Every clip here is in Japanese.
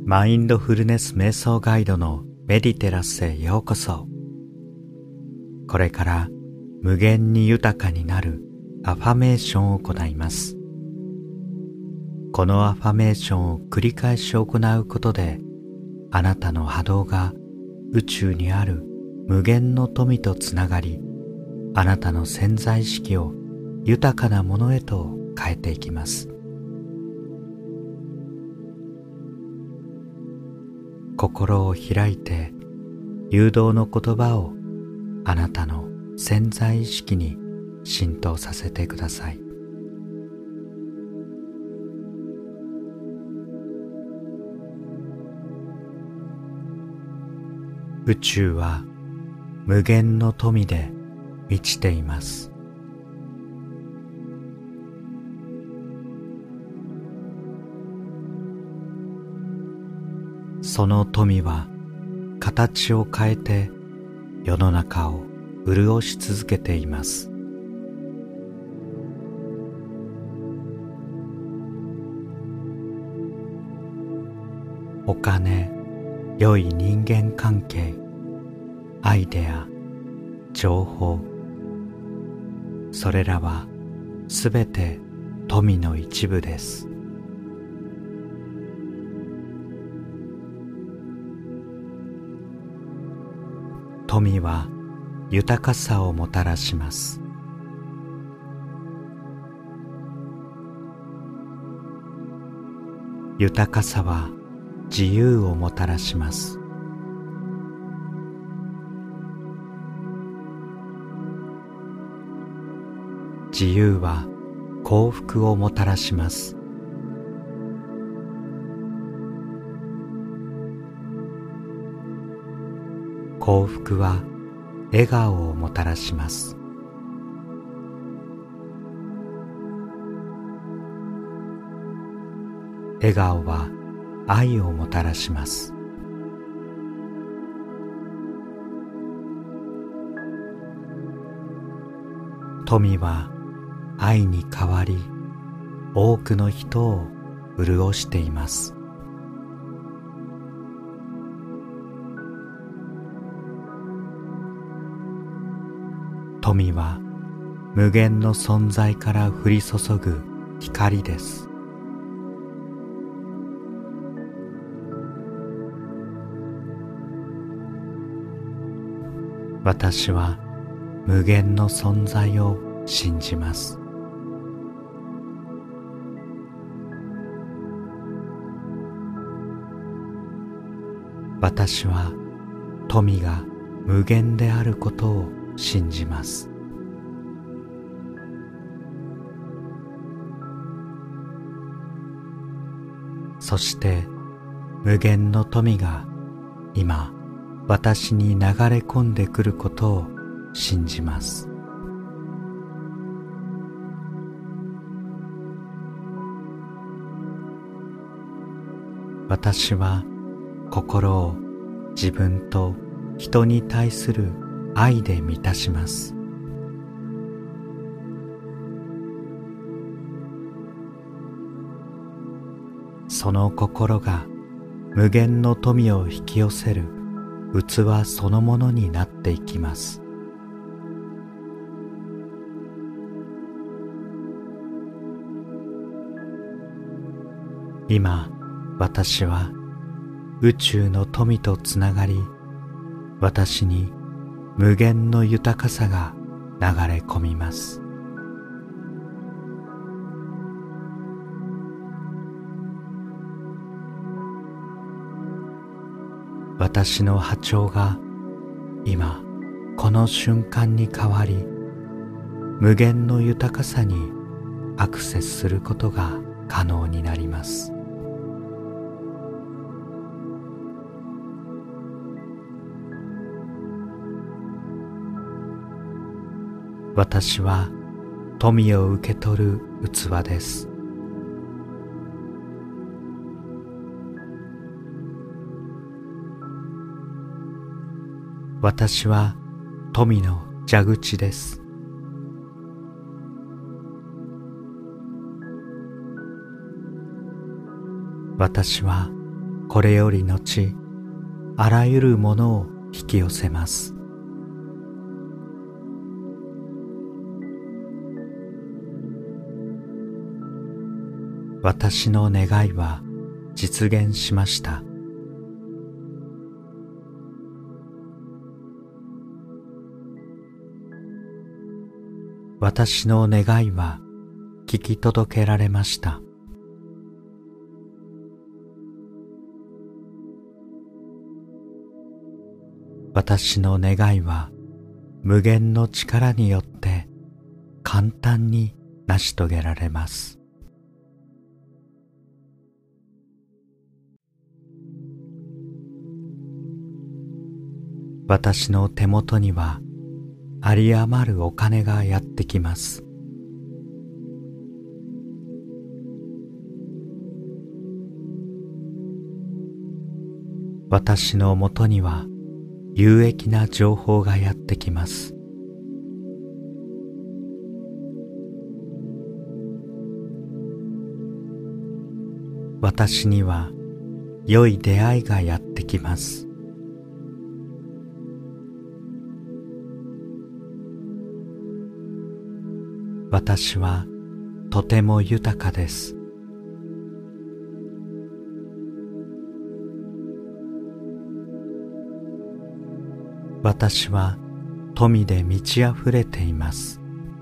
マインドフルネス瞑想ガイドのメディテラスへようこそ。これから無限に豊かになるアファメーションを行います。このアファメーションを繰り返し行うことで、あなたの波動が宇宙にある無限の富とつながり、あなたの潜在意識を豊かなものへと変えていきます。心を開いて誘導の言葉をあなたの潜在意識に浸透させてください。宇宙は無限の富で満ちています。その富は形を変えて世の中を潤し続けています。お金、良い人間関係、アイデア、情報、それらはすべて富の一部です。富は豊かさをもたらします。豊かさは自由をもたらします。自由は幸福をもたらします。幸福は笑顔をもたらします。笑顔は愛をもたらします。富は愛に変わり、多くの人を潤しています。富は無限の存在から降り注ぐ光です。私は無限の存在を信じます。私は富が無限であることを信じます。そして無限の富が今私に流れ込んでくることを信じます。私は心を自分と人に対する愛で満たします。その心が無限の富を引き寄せる器そのものになっていきます。今、私は宇宙の富とつながり、私に無限の豊かさが流れ込みます。私の波長が今この瞬間に変わり、無限の豊かさにアクセスすることが可能になります。私は富を受け取る器です。私は富の蛇口です。私はこれより後あらゆるものを引き寄せます。私の願いは実現しました。私の願いは聞き届けられました。私の願いは無限の力によって簡単に成し遂げられます。私の手元には有り余るお金がやってきます。私のもとには有益な情報がやってきます。私には良い出会いがやってきます。私はとても豊かです。私は富で満ち溢れています。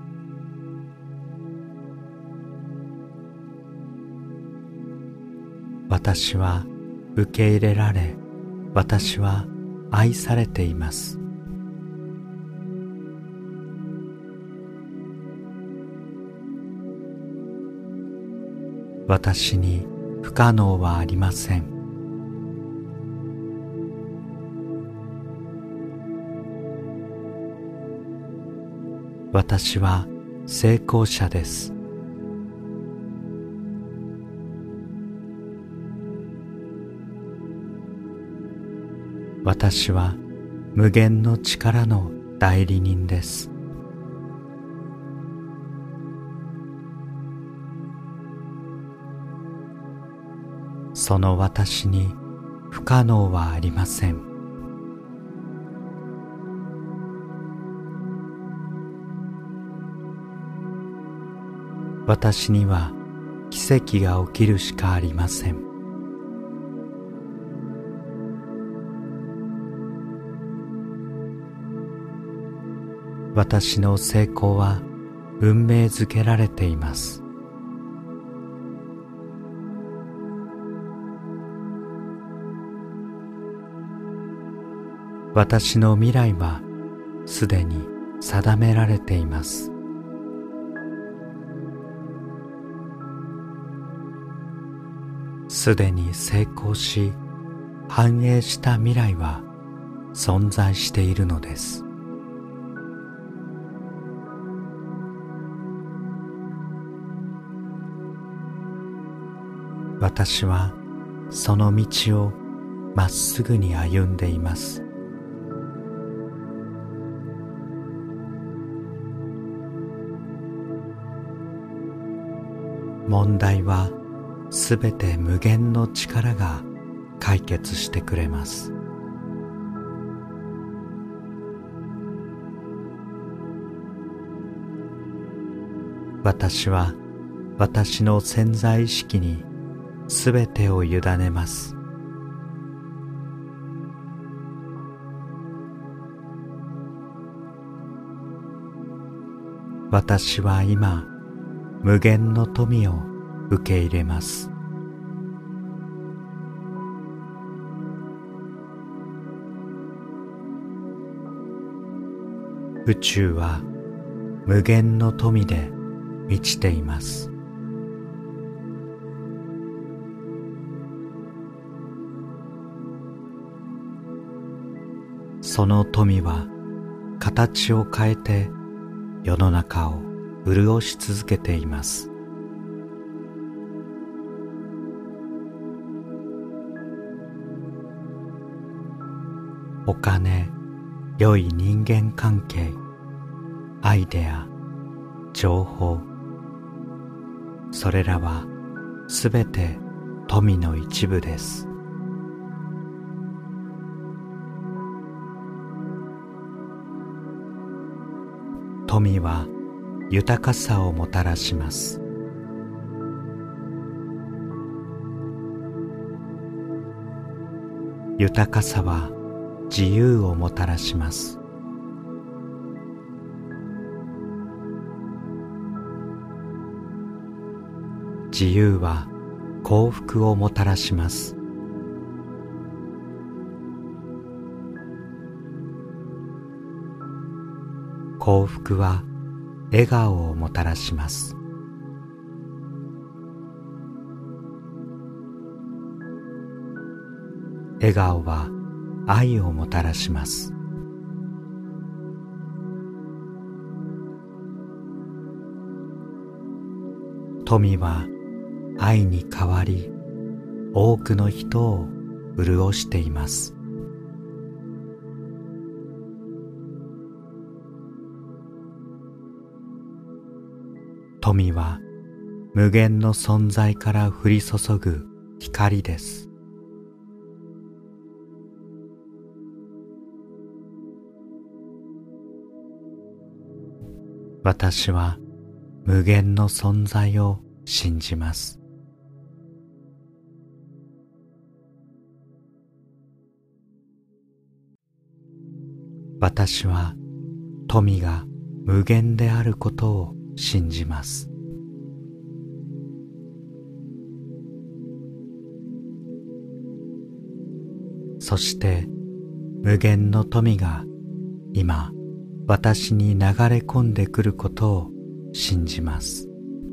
私は受け入れられ、私は愛されています。私に不可能はありません。私は成功者です。私は無限の力の代理人です。その私に不可能はありません。私には奇跡が起きるしかありません。私の成功は運命づけられています。私の未来はすでに定められています。すでに成功し繁栄した未来は存在しているのです。私はその道をまっすぐに歩んでいます。問題はすべて無限の力が解決してくれます。私は私の潜在意識にすべてを委ねます。私は今無限の富を受け入れます。宇宙は無限の富で満ちています。その富は形を変えて世の中を潤し続けています。お金、良い人間関係、アイデア、情報、それらはすべて富の一部です。 富は豊かさをもたらします。豊かさは自由をもたらします。自由は幸福をもたらします。幸福は笑顔をもたらします。笑顔は愛をもたらします。富は愛に変わり、多くの人を潤しています。富は無限の存在から降り注ぐ光です。私は無限の存在を信じます。私は富が無限であることを信じます。そして無限の富が今私に流れ込んでくることを信じます。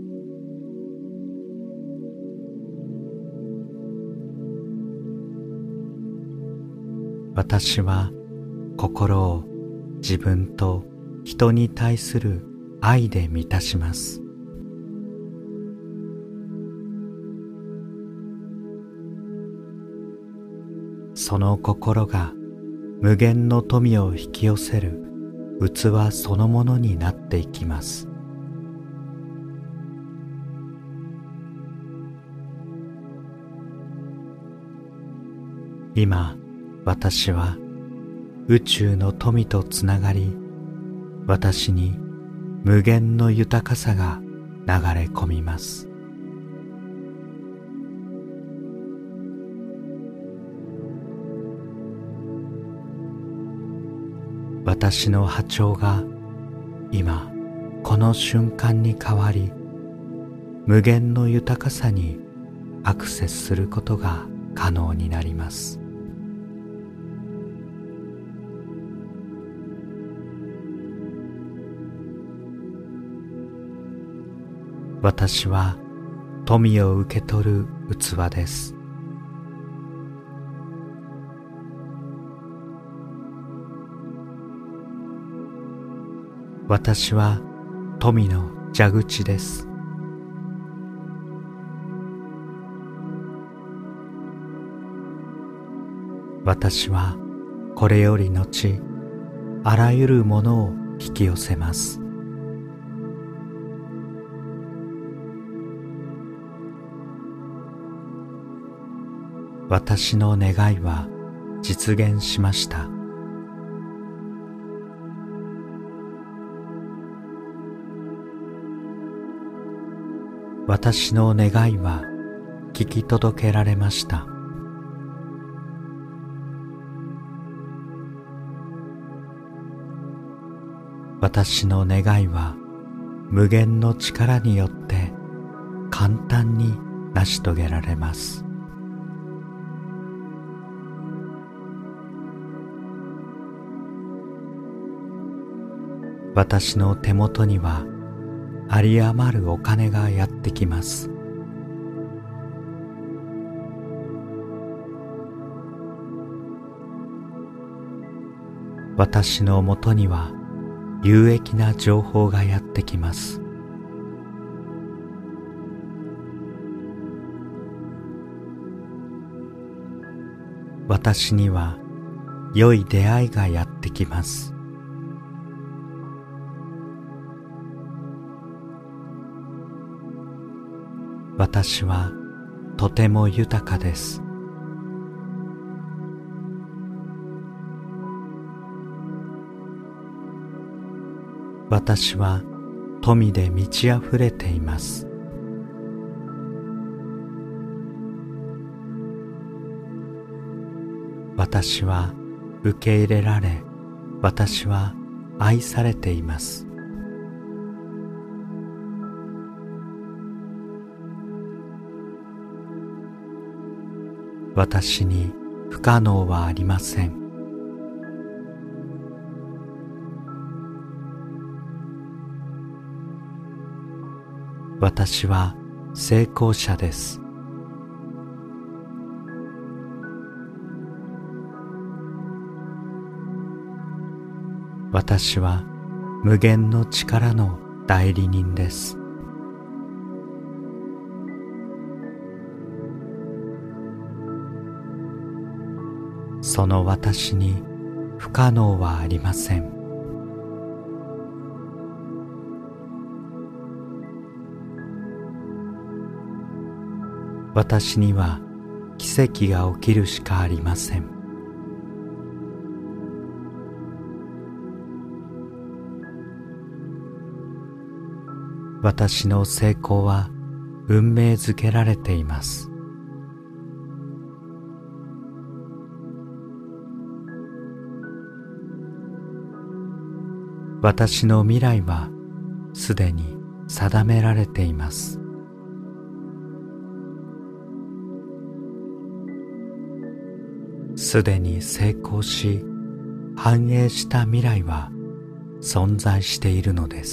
私は心を自分と人に対する愛で満たします。その心が無限の富を引き寄せる器そのものになっていきます。今、私は宇宙の富とつながり、私に無限の豊かさが流れ込みます。私の波長が今この瞬間に変わり、無限の豊かさにアクセスすることが可能になります。私は富を受け取る器です。私は富の蛇口です。私はこれより後、あらゆるものを引き寄せます。私の願いは実現しました。私の願いは聞き届けられました。私の願いは無限の力によって簡単に成し遂げられます。私の手元には有り余るお金がやってきます。私のもとには有益な情報がやってきます。私には良い出会いがやってきます。私はとても豊かです。 私は富で満ち溢れています。私は受け入れられ、私は愛されています。私に不可能はありません。私は成功者です。私は無限の力の代理人です。その私に不可能はありません。私には奇跡が起きるしかありません。私の成功は運命づけられています。私の未来はすでに定められています。すでに成功し、繁栄した未来は存在しているのです。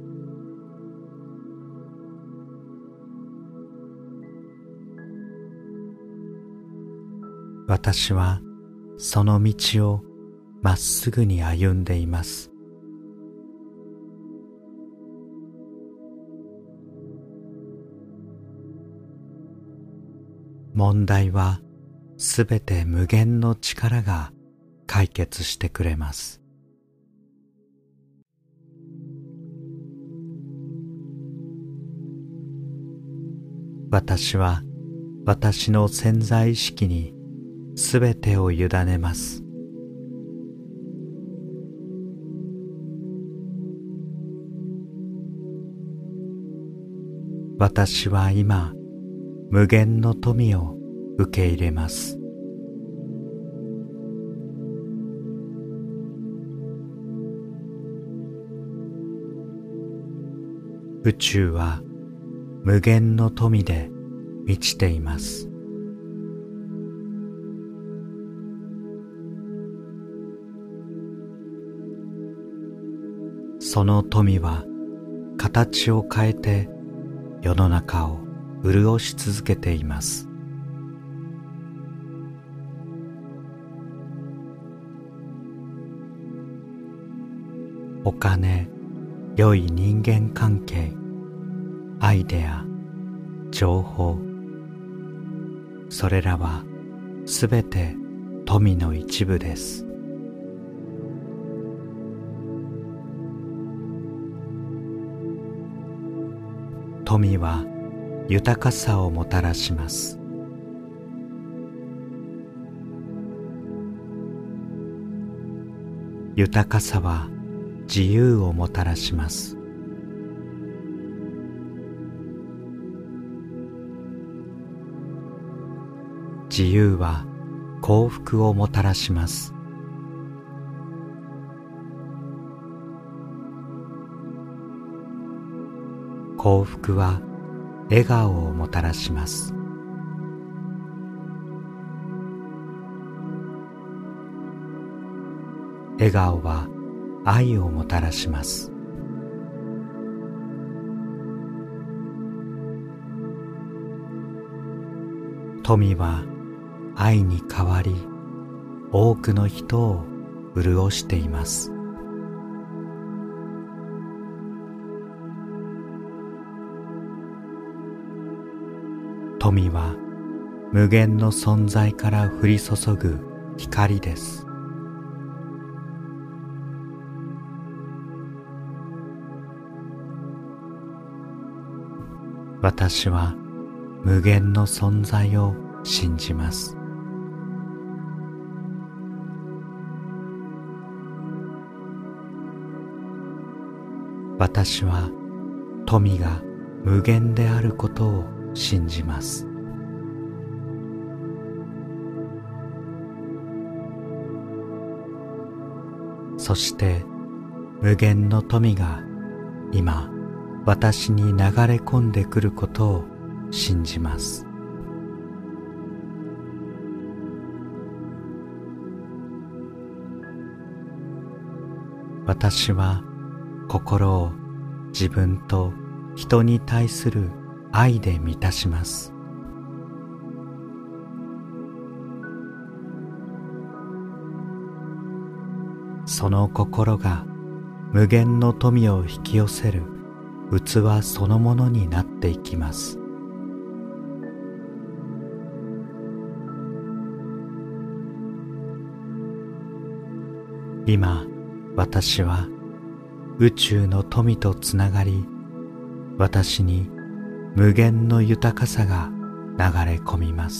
私はその道をまっすぐに歩んでいます。問題はすべて無限の力が解決してくれます。私は私の潜在意識にすべてを委ねます。私は今、無限の富を受け入れます。宇宙は無限の富で満ちています。その富は形を変えて世の中を潤し続けています。お金、良い人間関係、アイデア、情報、それらはすべて富の一部です。富は豊かさをもたらします。豊かさは自由をもたらします。自由は幸福をもたらします。幸福は笑顔をもたらします。笑顔は愛をもたらします。富は愛に変わり、多くの人を潤しています。富は無限の存在から降り注ぐ光です。私は無限の存在を信じます。 私は富が無限であることを信じます。そして無限の富が今私に流れ込んでくることを信じます。私は心を自分と人に対する愛で満たします。その心が無限の富を引き寄せる器そのものになっていきます。今、私は宇宙の富とつながり、私に無限の豊かさが流れ込みます。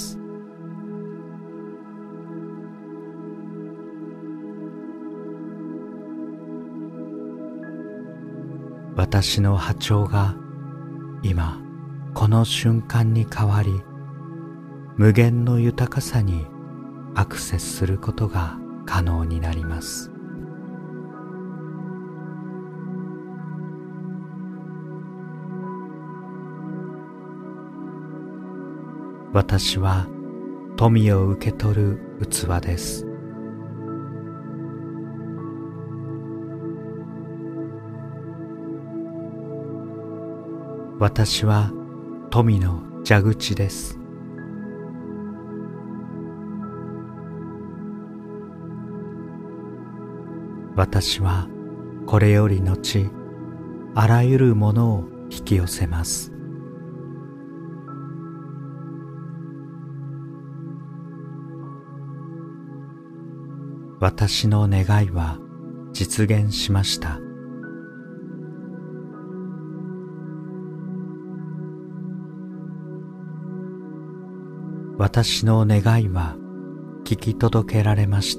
私の波長が今この瞬間に変わり、無限の豊かさにアクセスすることが可能になります。私は富を受け取る器です。私は富の蛇口です。私はこれより後、あらゆるものを引き寄せます。私の願いは実現しました。私の願いは聞き届けられました。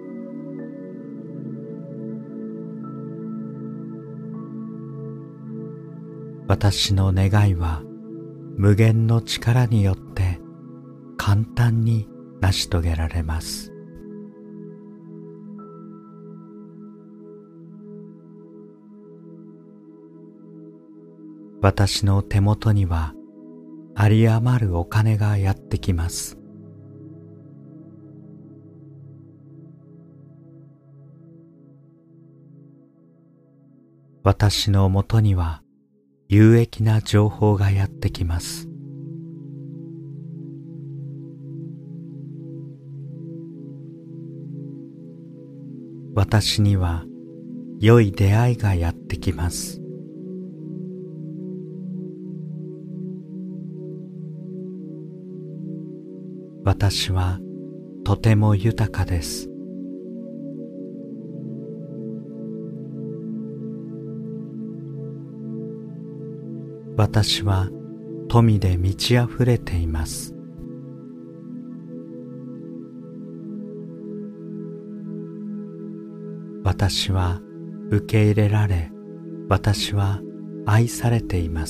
私の願いは無限の力によって簡単に成し遂げられます。私の手元には有り余るお金がやってきます。私のもとには有益な情報がやってきます。私には良い出会いがやってきます。私はとても豊かです。私は富で満ち溢れています。私は受け入れられ、私は愛されています。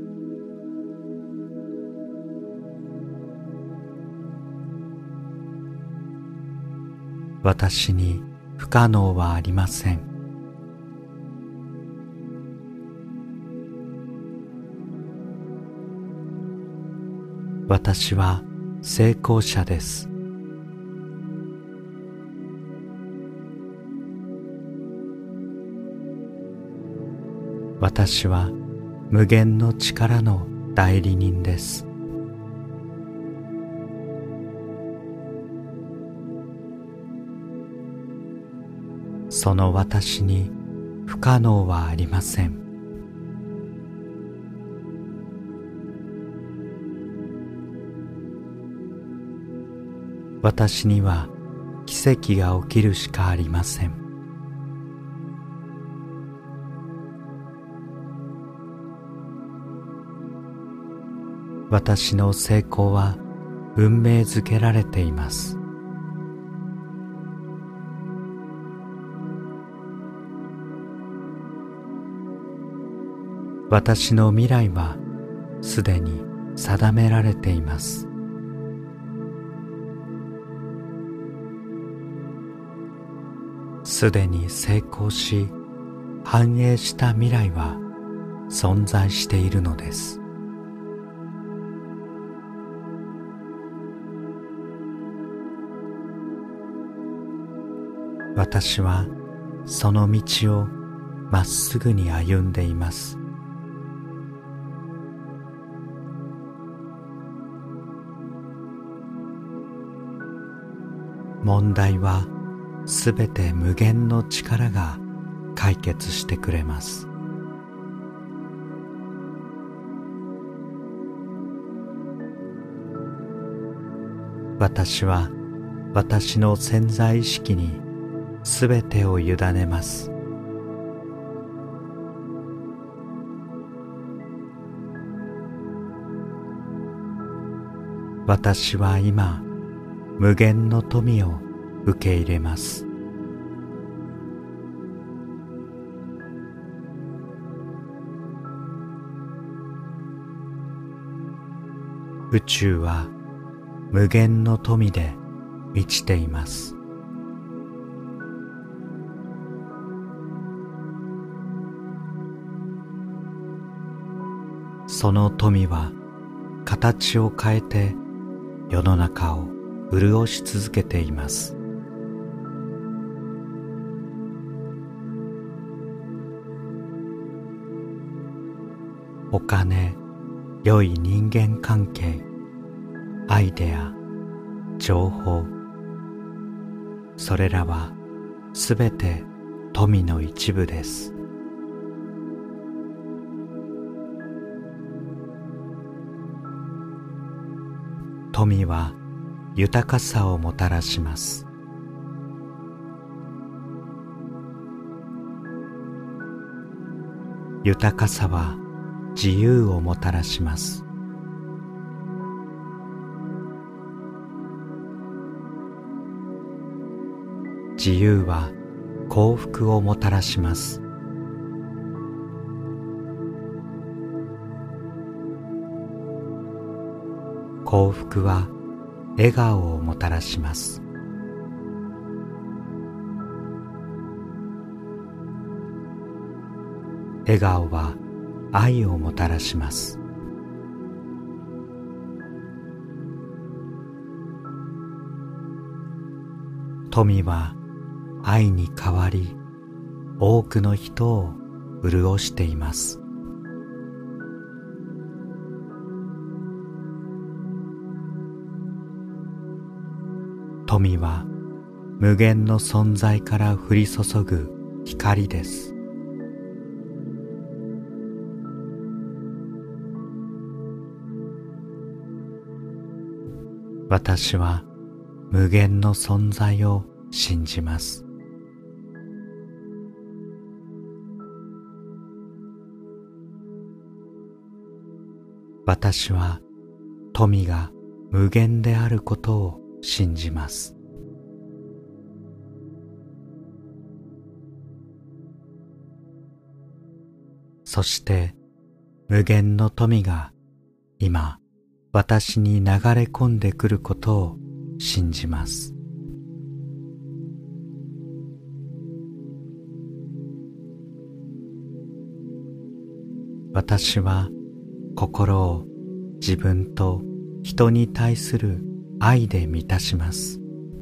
私に不可能はありません。私は成功者です。私は無限の力の代理人です。その私に不可能はありません。私には奇跡が起きるしかありません。私の成功は運命づけられています。 私の未来はすでに定められています。すでに成功し繁栄した未来は存在しているのです。私はその道をまっすぐに歩んでいます。問題はすべて無限の力が解決してくれます。私は私の潜在意識にすべてを委ねます。私は今無限の富を受け入れます。宇宙は無限の富で満ちています。その富は形を変えて世の中を潤し続けています。お金、良い人間関係、アイデア、情報、それらはすべて富の一部です。富は豊かさをもたらします。豊かさは自由をもたらします。自由は幸福をもたらします。幸福は笑顔をもたらします。笑顔は愛をもたらします。富は愛に変わり、多くの人を潤しています。富は無限の存在から降り注ぐ光です。私は無限の存在を信じます。私は富が無限であることを信じます。そして無限の富が今私に流れ込んでくることを信じます。私は心を自分と人に対する愛で満たします。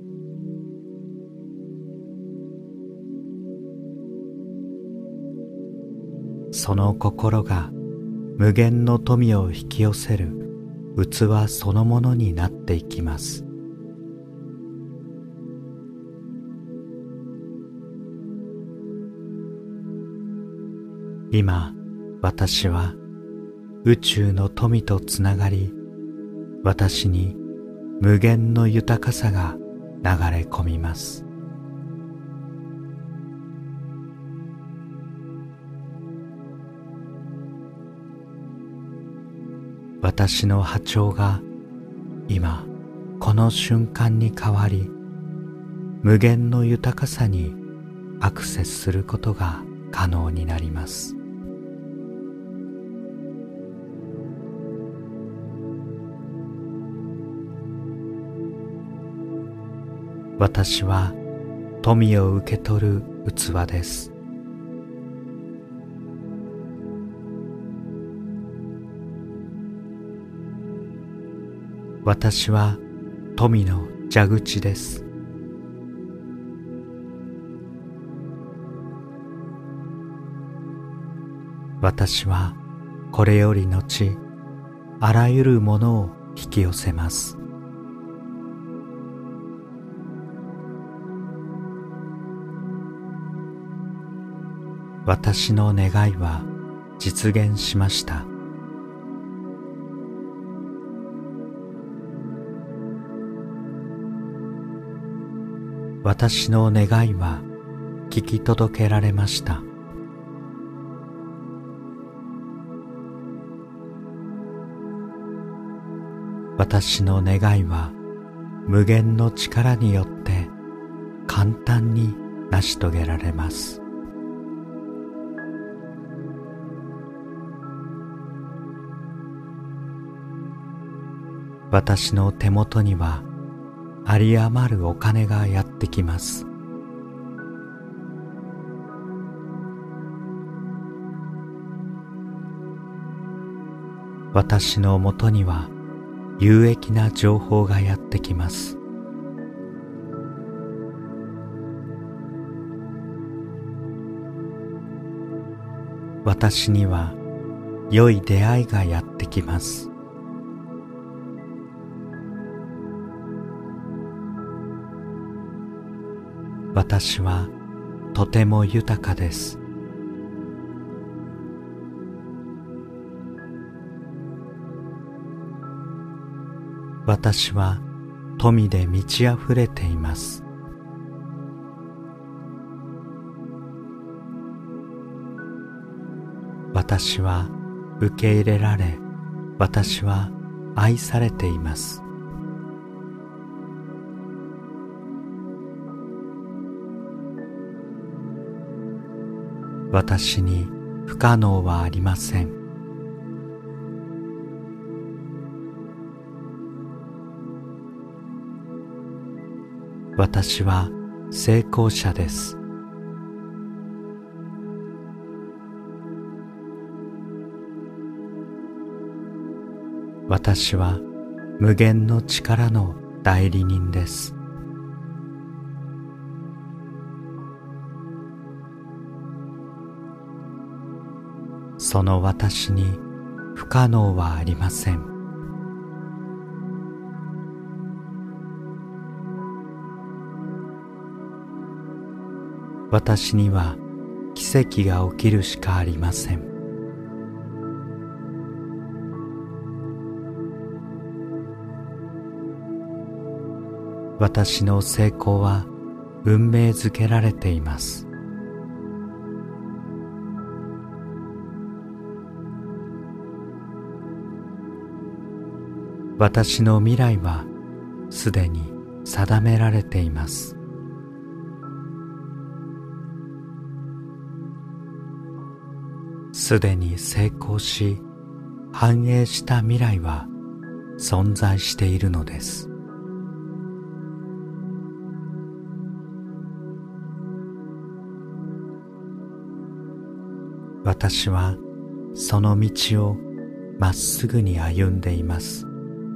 その心が無限の富を引き寄せる器そのものになっていきます。今、私は宇宙の富とつながり、私に無限の豊かさが流れ込みます。私の波長が今この瞬間に変わり、無限の豊かさにアクセスすることが可能になります。 私は富を受け取る器です。私は富の蛇口です。私はこれより後、あらゆるものを引き寄せます。私の願いは実現しました。私の願いは聞き届けられました。私の願いは無限の力によって簡単に成し遂げられます。私の手元には有り余るお金がやってきます。私のもとには有益な情報がやってきます。私には良い出会いがやってきます。私はとても豊かです。私は富で満ち溢れています。私は受け入れられ、私は愛されています。私に不可能はありません。私は成功者です。私は無限の力の代理人です。その私に不可能はありません。私には奇跡が起きるしかありません。私の成功は運命づけられています。私の未来はすでに定められています。すでに成功し、繁栄した未来は存在しているのです。私はその道をまっすぐに歩んでいます。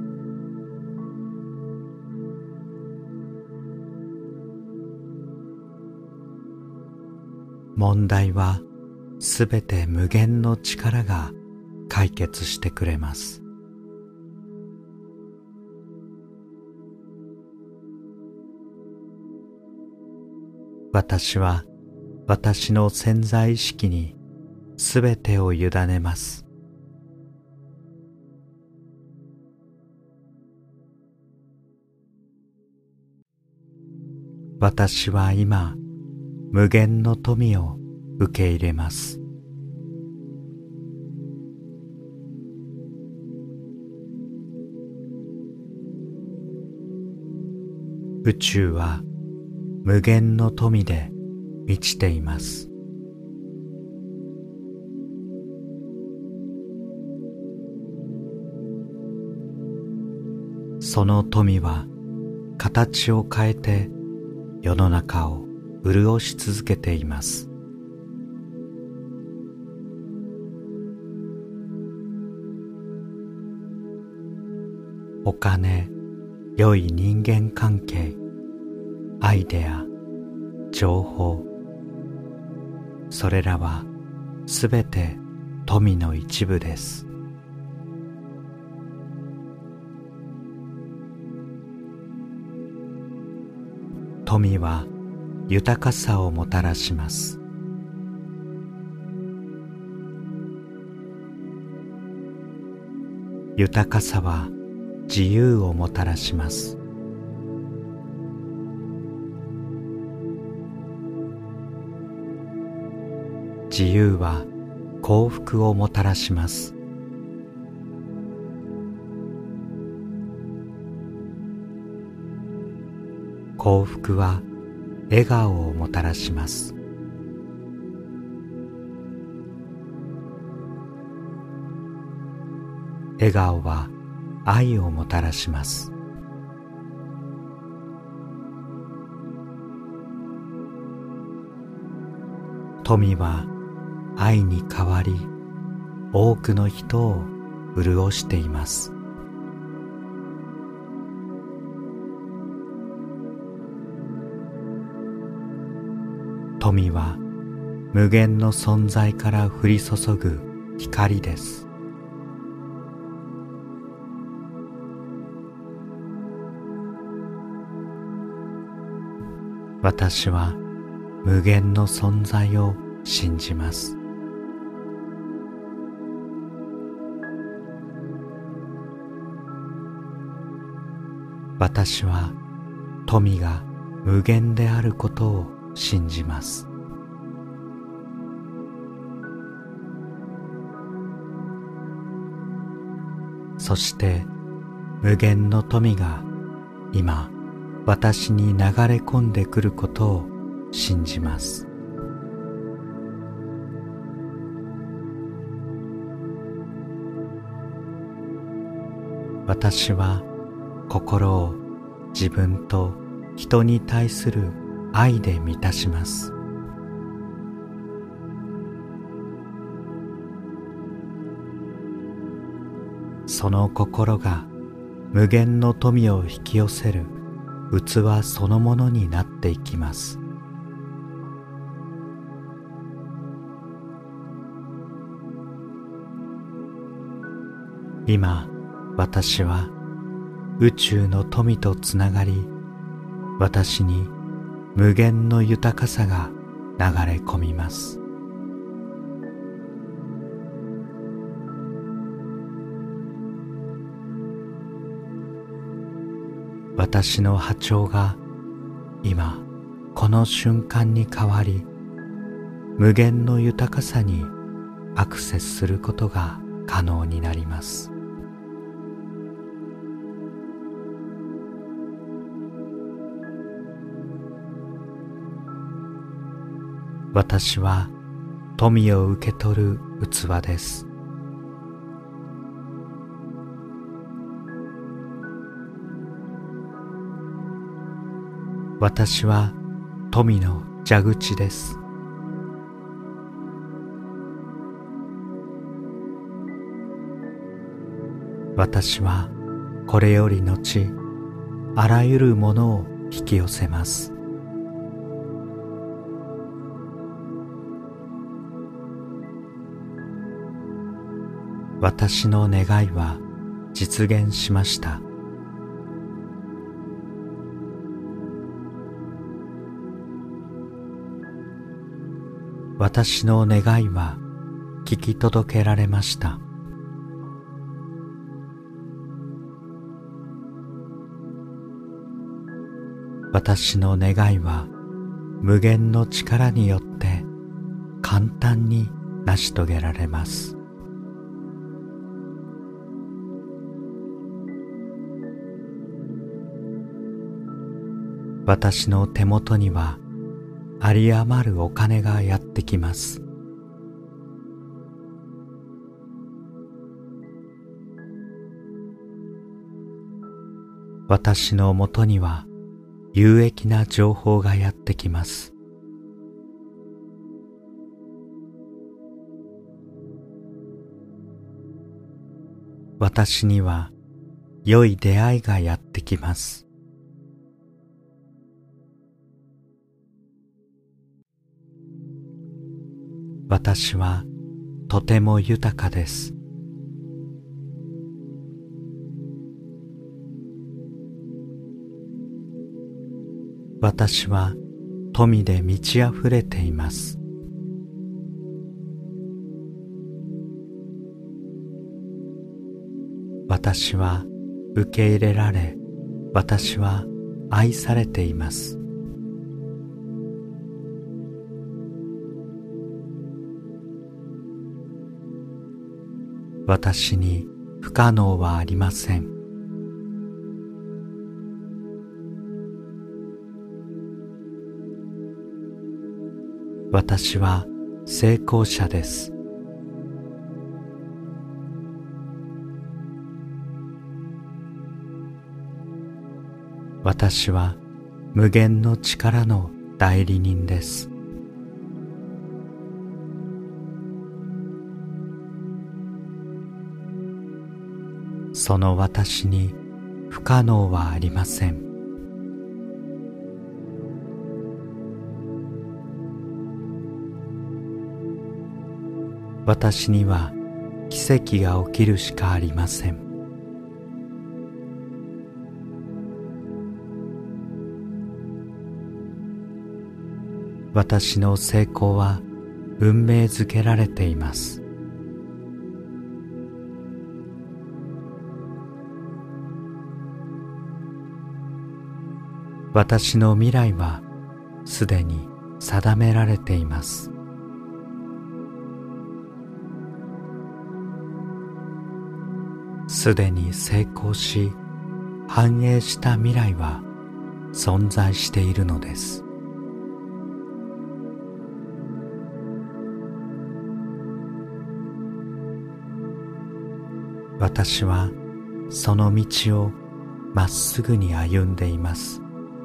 問題はすべて無限の力が解決してくれます。私は私の潜在意識にすべてを委ねます。私は今、無限の富を受け入れます。宇宙は無限の富で満ちています。その富は形を変えて世の中を潤し続けています。お金、良い人間関係、アイデア、情報、それらはすべて富の一部です。富は豊かさをもたらします。豊かさは自由をもたらします。自由は幸福をもたらします。幸福は笑顔をもたらします。笑顔は愛をもたらします。富は愛に変わり、多くの人を潤しています。富は無限の存在から降り注ぐ光です。私は無限の存在を信じます。私は富が無限であることを信じます。そして無限の富が今私に流れ込んでくることを信じます。私は心を自分と人に対する愛で満たします。その心が無限の富を引き寄せる器そのものになっていきます。今、私は宇宙の富とつながり、私に無限の豊かさが流れ込みます。私の波長が今この瞬間に変わり、無限の豊かさにアクセスすることが可能になります。私は富を受け取る器です。私は富の蛇口です。私はこれより後、あらゆるものを引き寄せます。私の願いは実現しました。私の願いは聞き届けられました。私の願いは無限の力によって簡単に成し遂げられます。私の手元には有り余るお金がやってきます。私のもとには有益な情報がやってきます。私には良い出会いがやってきます。私はとても豊かです。私は富で満ち溢れています。私は受け入れられ、私は愛されています。私に不可能はありません。私は成功者です。私は無限の力の代理人です。その私に不可能はありません。私には奇跡が起きるしかありません。私の成功は運命づけられています。私の未来はすでに定められています。すでに成功し繁栄した未来は存在しているのです。私はその道をまっすぐに歩んでいます。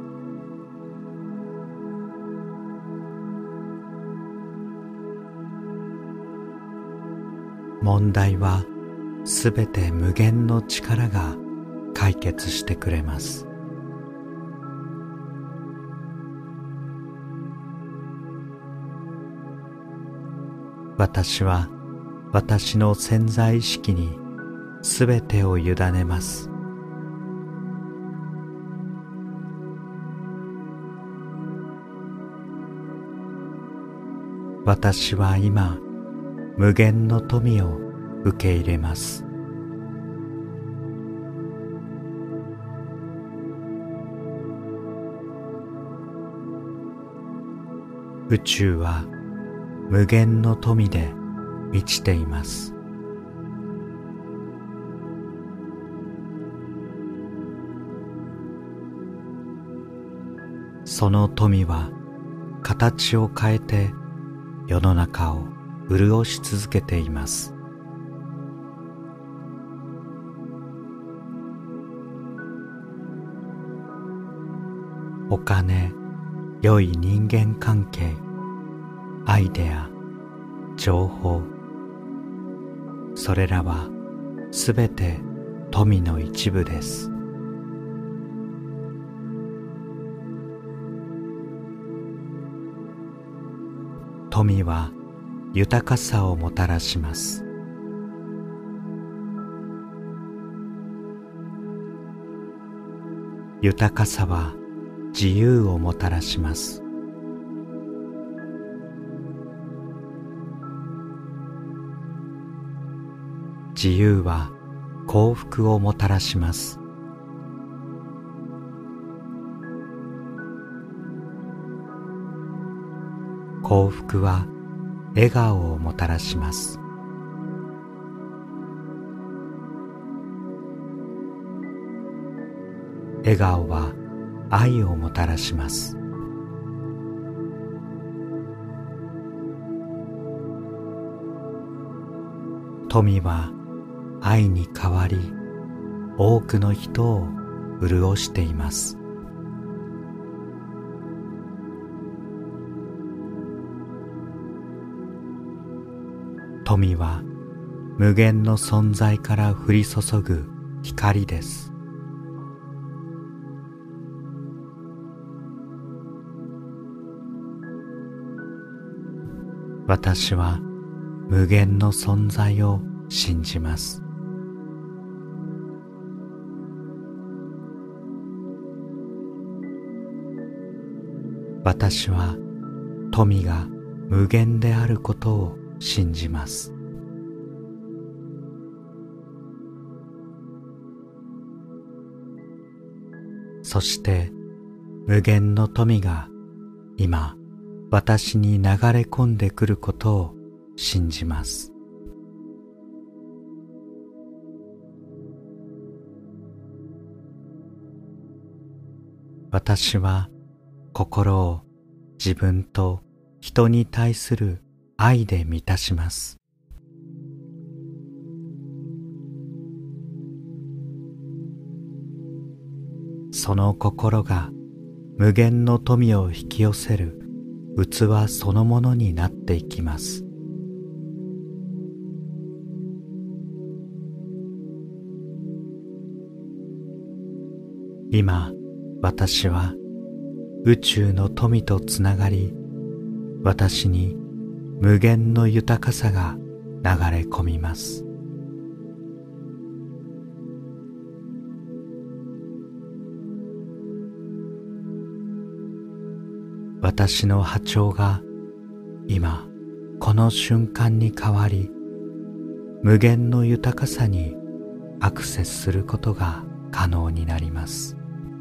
問題はすべて無限の力が解決してくれます。私は私の潜在意識にすべてを委ねます。私は今無限の富を受け入れます。宇宙は無限の富で満ちています。その富は形を変えて世の中を潤し続けています。お金、良い人間関係、アイデア、情報、それらはすべて富の一部です。富は豊かさをもたらします。豊かさは自由をもたらします。自由は幸福をもたらします。幸福は笑顔をもたらします。笑顔は愛をもたらします。富は愛に変わり、多くの人を潤しています。 富は無限の存在から降り注ぐ光です。私は無限の存在を信じます。私は富が無限であることを信じます。そして無限の富が今私に流れ込んでくることを信じます。私は心を自分と人に対する愛で満たします。その心が無限の富を引き寄せる器そのものになっていきます。今、私は宇宙の富とつながり、私に無限の豊かさが流れ込みます。私の波長が今この瞬間に変わり、無限の豊かさにアクセスすることが可能になります。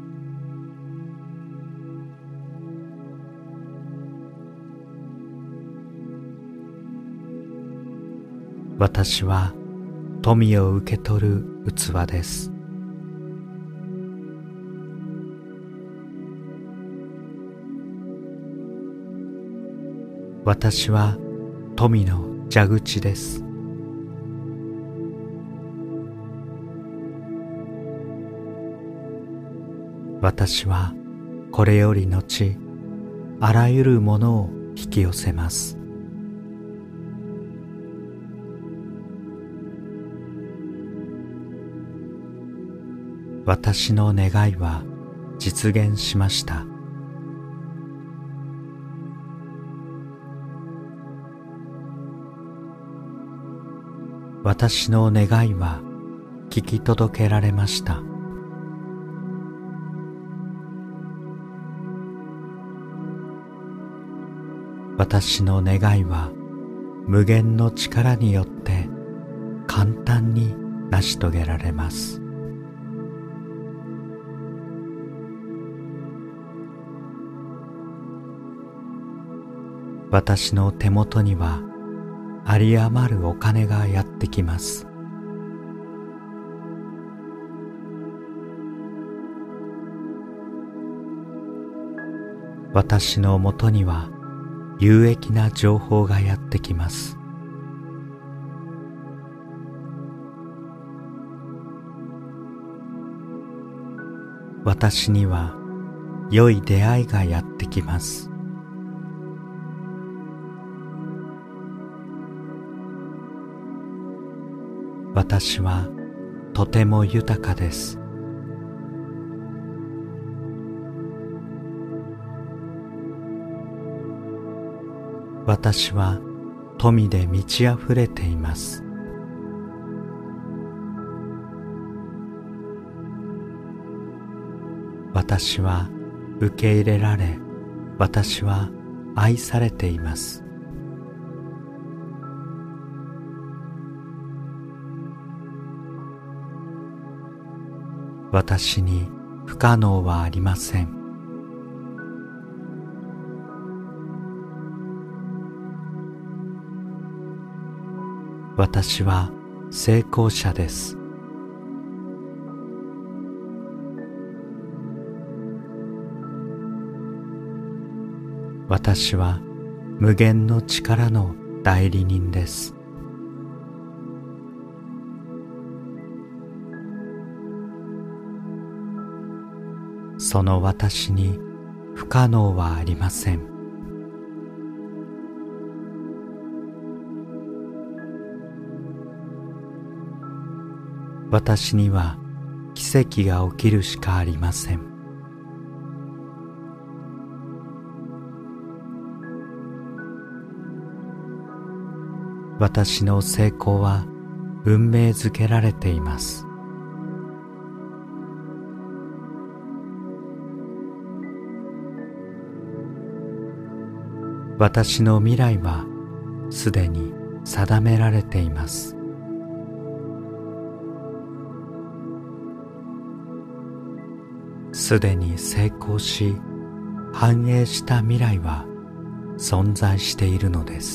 私は富を受け取る器です。私は富の蛇口です。私はこれより後、あらゆるものを引き寄せます。私の願いは実現しました。私の願いは聞き届けられました。私の願いは無限の力によって簡単に成し遂げられます。私の手元には有り余るお金がやってきます。私のもとには有益な情報がやってきます。私には良い出会いがやってきます。私はとても豊かです。私は富で満ち溢れています。私は受け入れられ、私は愛されています。私に不可能はありません。私は成功者です。私は無限の力の代理人です。その私に不可能はありません。 私には奇跡が起きるしかありません。私の成功は運命づけられています。私の未来はすでに定められています。すでに成功し繁栄した未来は存在しているのです。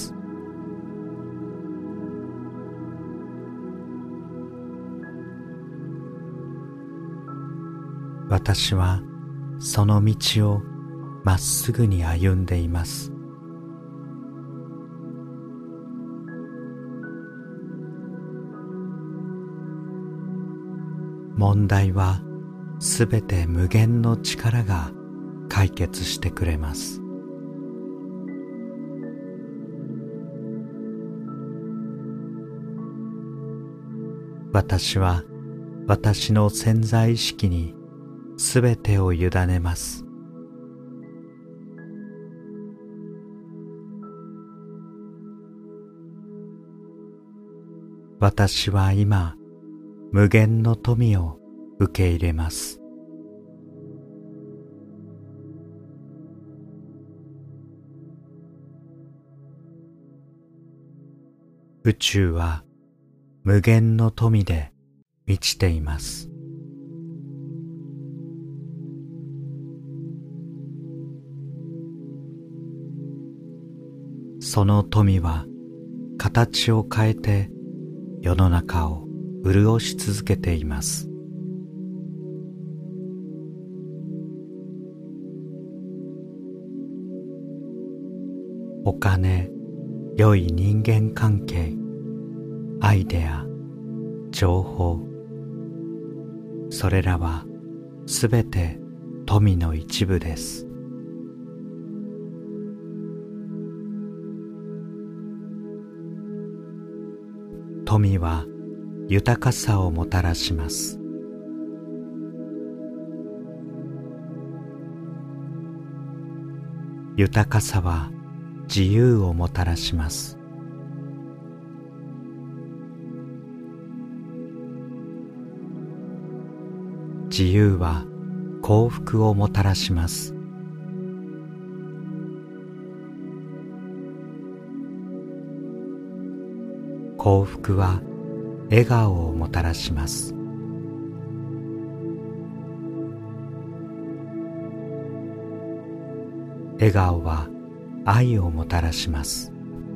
私はその道をまっすぐに歩んでいます。問題はすべて無限の力が解決してくれます。私は私の潜在意識にすべてを委ねます。私は今、無限の富を受け入れます。宇宙は無限の富で満ちています。その富は形を変えて世の中を潤し続けています。お金、良い人間関係、アイデア、情報、それらはすべて富の一部です。富は豊かさをもたらします。豊かさは自由をもたらします。自由は幸福をもたらします。幸福は笑顔をもたらします。笑顔は愛をもたらします。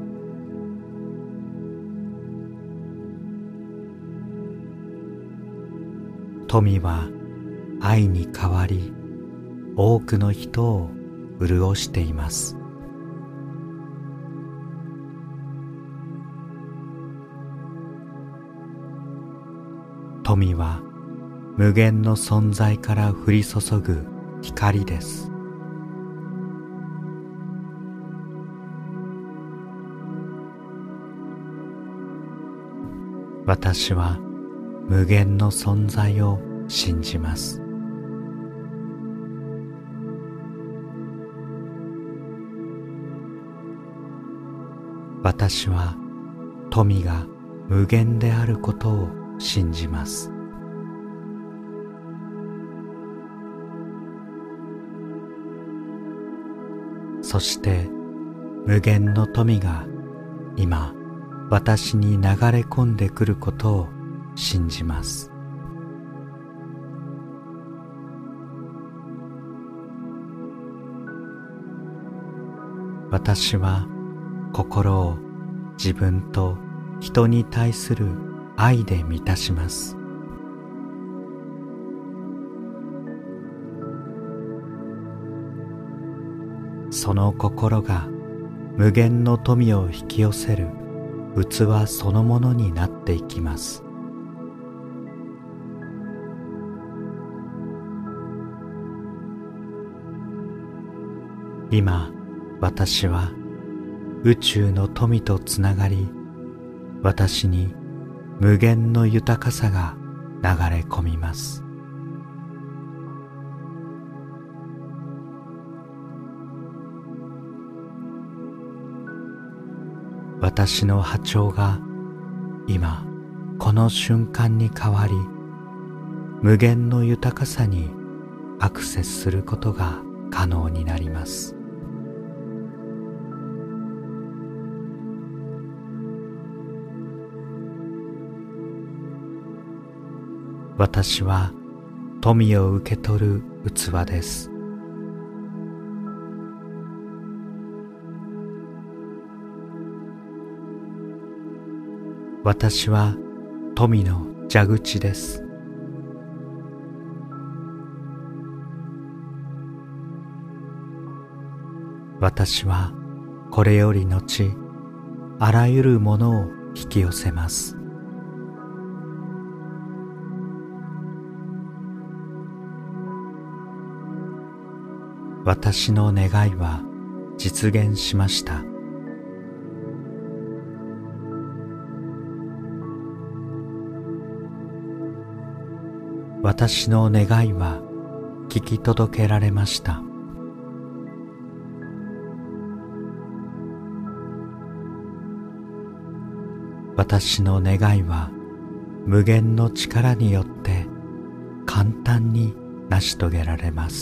富は愛に変わり、多くの人を潤しています。富は無限の存在から降り注ぐ光です。私は無限の存在を信じます。私は富が無限であることを信じます。そして無限の富が今私に流れ込んでくることを信じます。私は心を自分と人に対する愛で満たします。その心が無限の富を引き寄せる器そのものになっていきます。今、私は宇宙の富とつながり、私に無限の豊かさがれ込みます。私の波長が今この瞬間に変わり、無限の豊かさにアクセスすることが可能になります。私は富を受け取る器です。私は富の蛇口です。私はこれより後、あらゆるものを引き寄せます。私の願いは実現しました。私の願いは聞き届けられました。私の願いは無限の力によって簡単に成し遂げられます。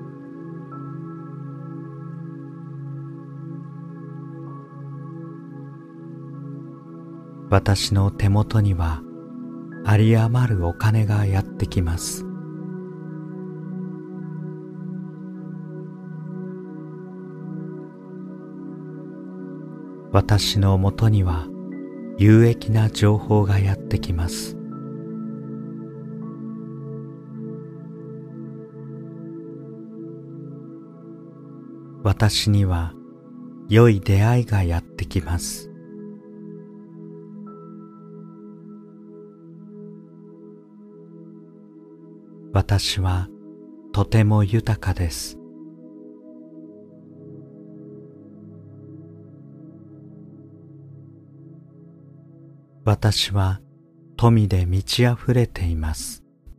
私の手元には有り余るお金がやってきます。私のもとには有益な情報がやってきます。私には良い出会いがやってきます。私はとても豊かです。私は富で満ち溢れています。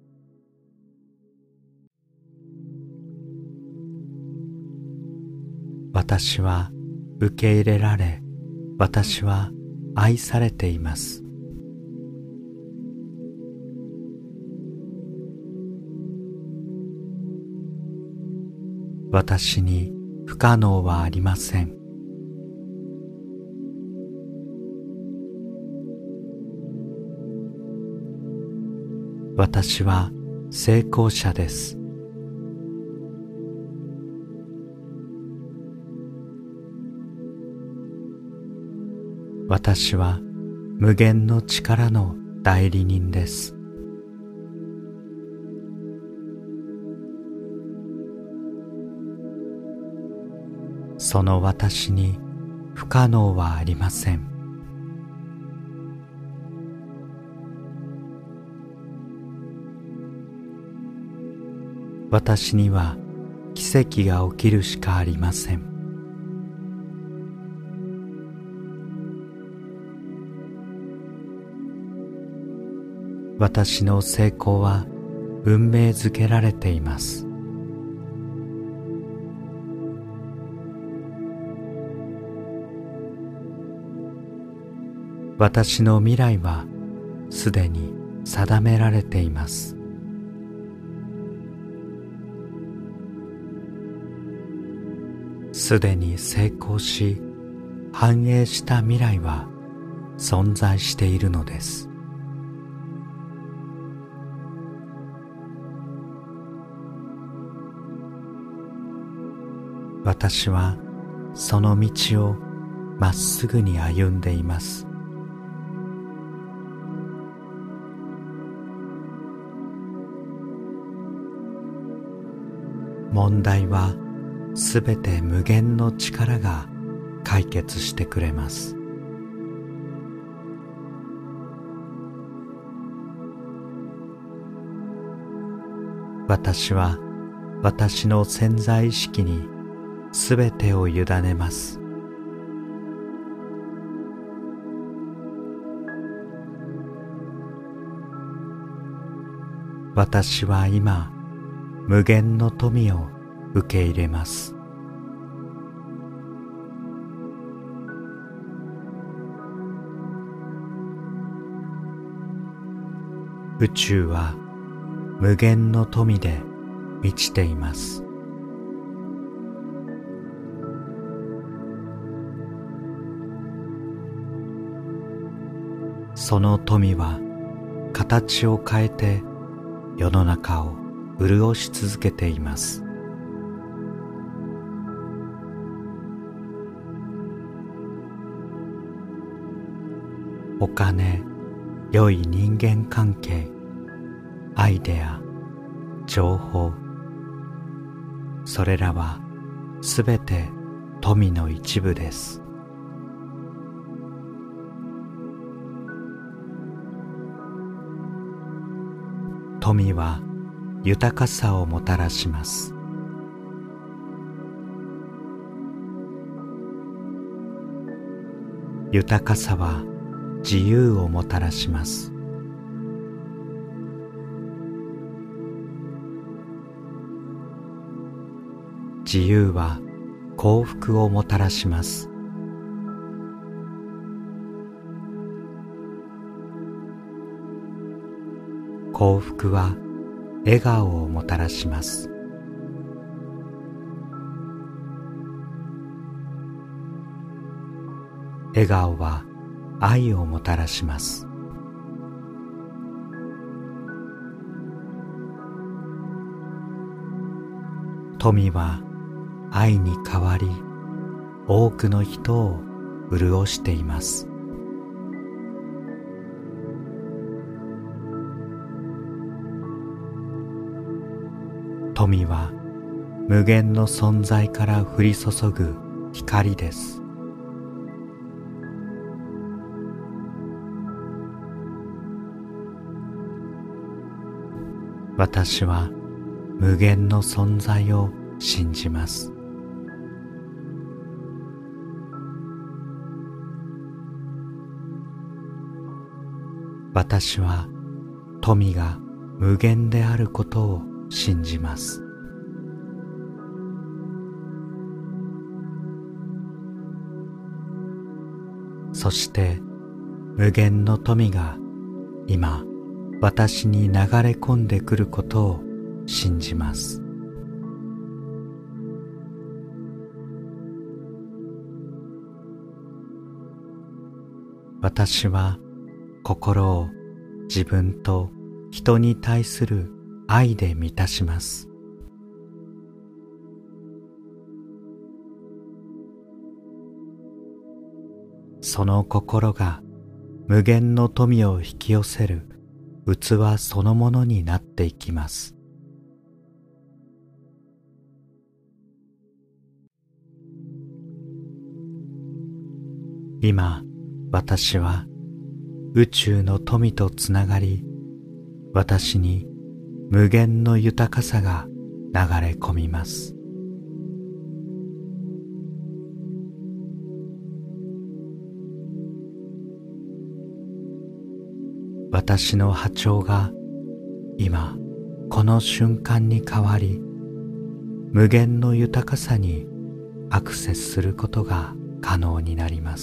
私は受け入れられ、私は愛されています。私に不可能はありません。私は成功者です。私は無限の力の代理人です。その私に不可能はありません。私には奇跡が起きるしかありません。私の成功は運命づけられています。私の未来はすでに定められています。すでに成功し、繁栄した未来は存在しているのです。私はその道をまっすぐに歩んでいます。問題はすべて無限の力が解決してくれます。私は私の潜在意識にすべてを委ねます。 私は今、無限の富を受け入れます。宇宙は無限の富で満ちています。その富は形を変えて世の中を潤し続けています。お金、良い人間関係、アイデア、情報、それらはすべて富の一部です。富は豊かさをもたらします。豊かさは自由をもたらします。自由は幸福をもたらします。幸福は笑顔をもたらします。笑顔は愛をもたらします。富は愛に変わり、多くの人を潤しています。富は無限の存在から降り注ぐ光です。私は無限の存在を信じます。私は富が無限であることを信じます。そして無限の富が今私に流れ込んでくることを信じます。私は心を自分と人に対する愛で満たします。その心が無限の富を引き寄せる器そのものになっていきます。今、私は宇宙の富とつながり、私に無限の豊かさが流れ込みます。私の波長が今この瞬間に変わり、無限の豊かさにアクセスすることが可能になります。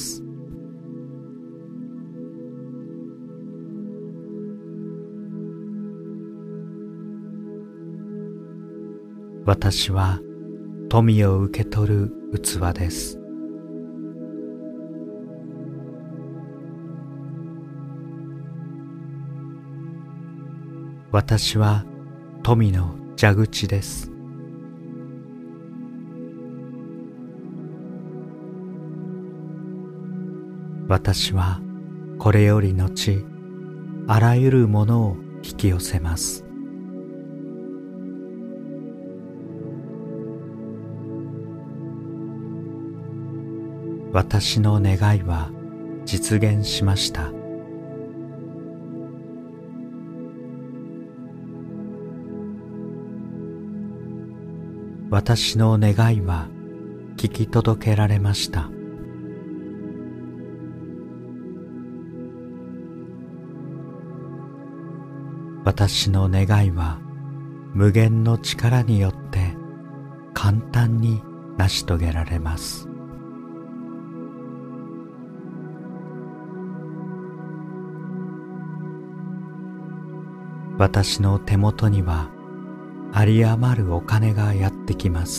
私は富を受け取る器です。私は富の蛇口です。私はこれより後、あらゆるものを引き寄せます。私の願いは実現しました。私の願いは聞き届けられました。 私の願いは無限の力によって簡単に成し遂げられます。私の手元には有り余るお金がやってきます。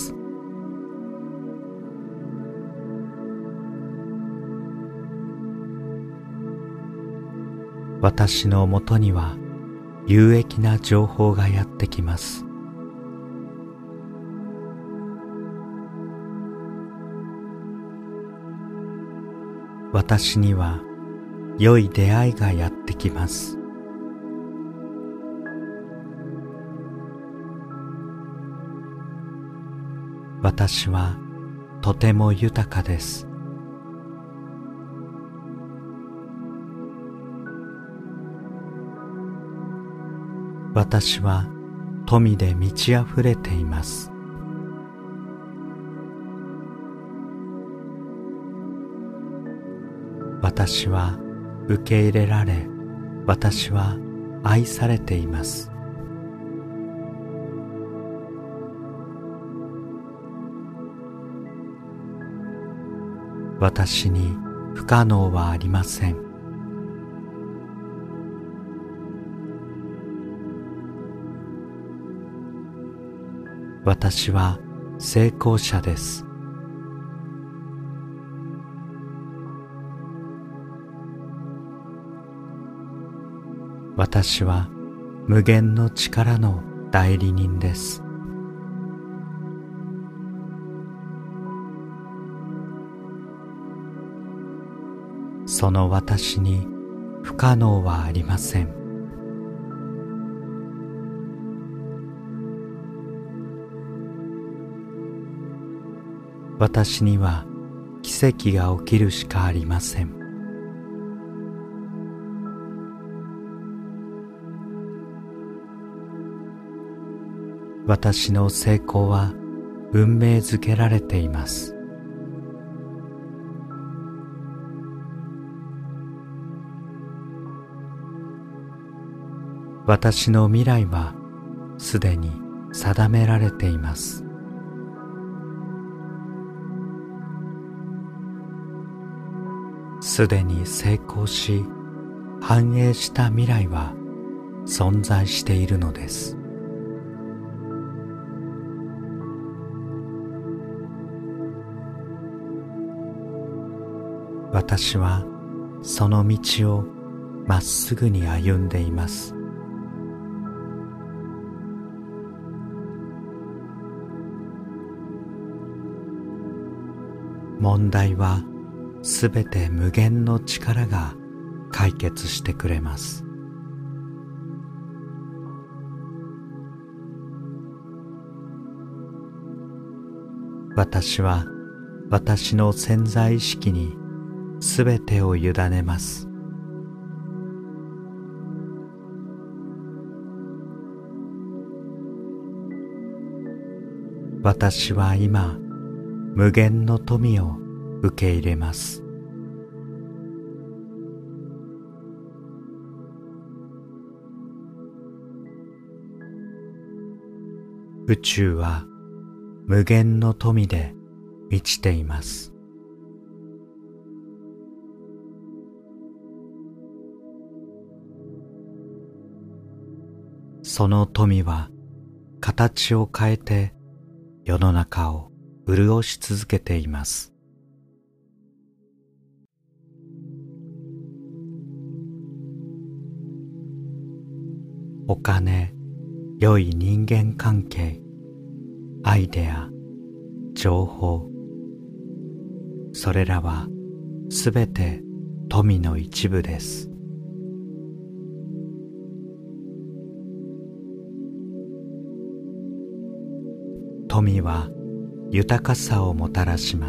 私のもとには有益な情報がやってきます。私には良い出会いがやってきます。私はとても豊かです。私は富で満ち溢れています。私は受け入れられ、私は愛されています。私に不可能はありません。私は成功者です。私は無限の力の代理人です。その私に不可能はありません。私には奇跡が起きるしかありません。私の成功は運命づけられています。私の未来はすでに定められています。すでに成功し、繁栄した未来は存在しているのです。私はその道をまっすぐに歩んでいます。問題はすべて無限の力が解決してくれます。私は私の潜在意識にすべてを委ねます。私は今、無限の富を受け入れます。宇宙は無限の富で満ちています。その富は形を変えて世の中を潤し続けています。お金、良い人間関係、アイデア、情報、それらはすべて富の一部です。富は豊かさをもたらします。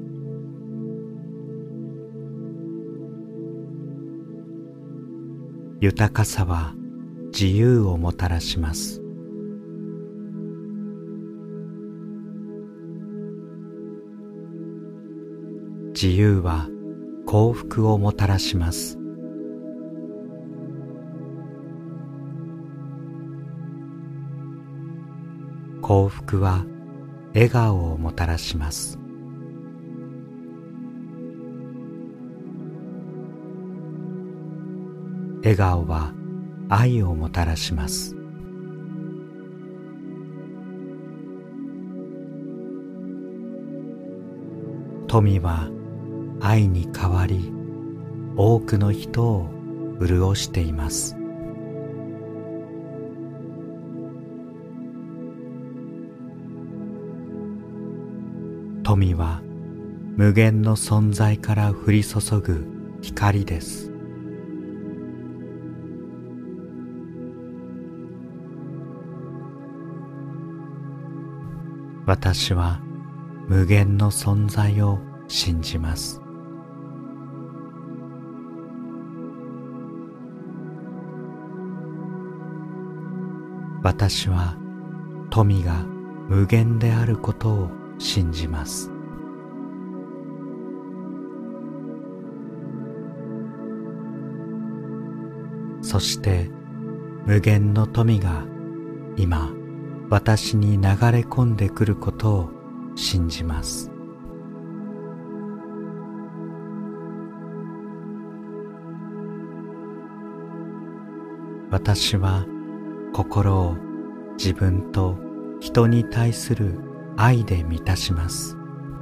豊かさは自由をもたらします。自由は幸福をもたらします。 幸福は笑顔をもたらします。笑顔は愛をもたらします。富は愛に変わり、多くの人を潤しています。富は無限の存在から降り注ぐ光です。私は無限の存在を信じます。私は富が無限であることを信じます。そして無限の富が今私に流れ込んでくることを信じます。私は心を自分と人に対する愛で満たします。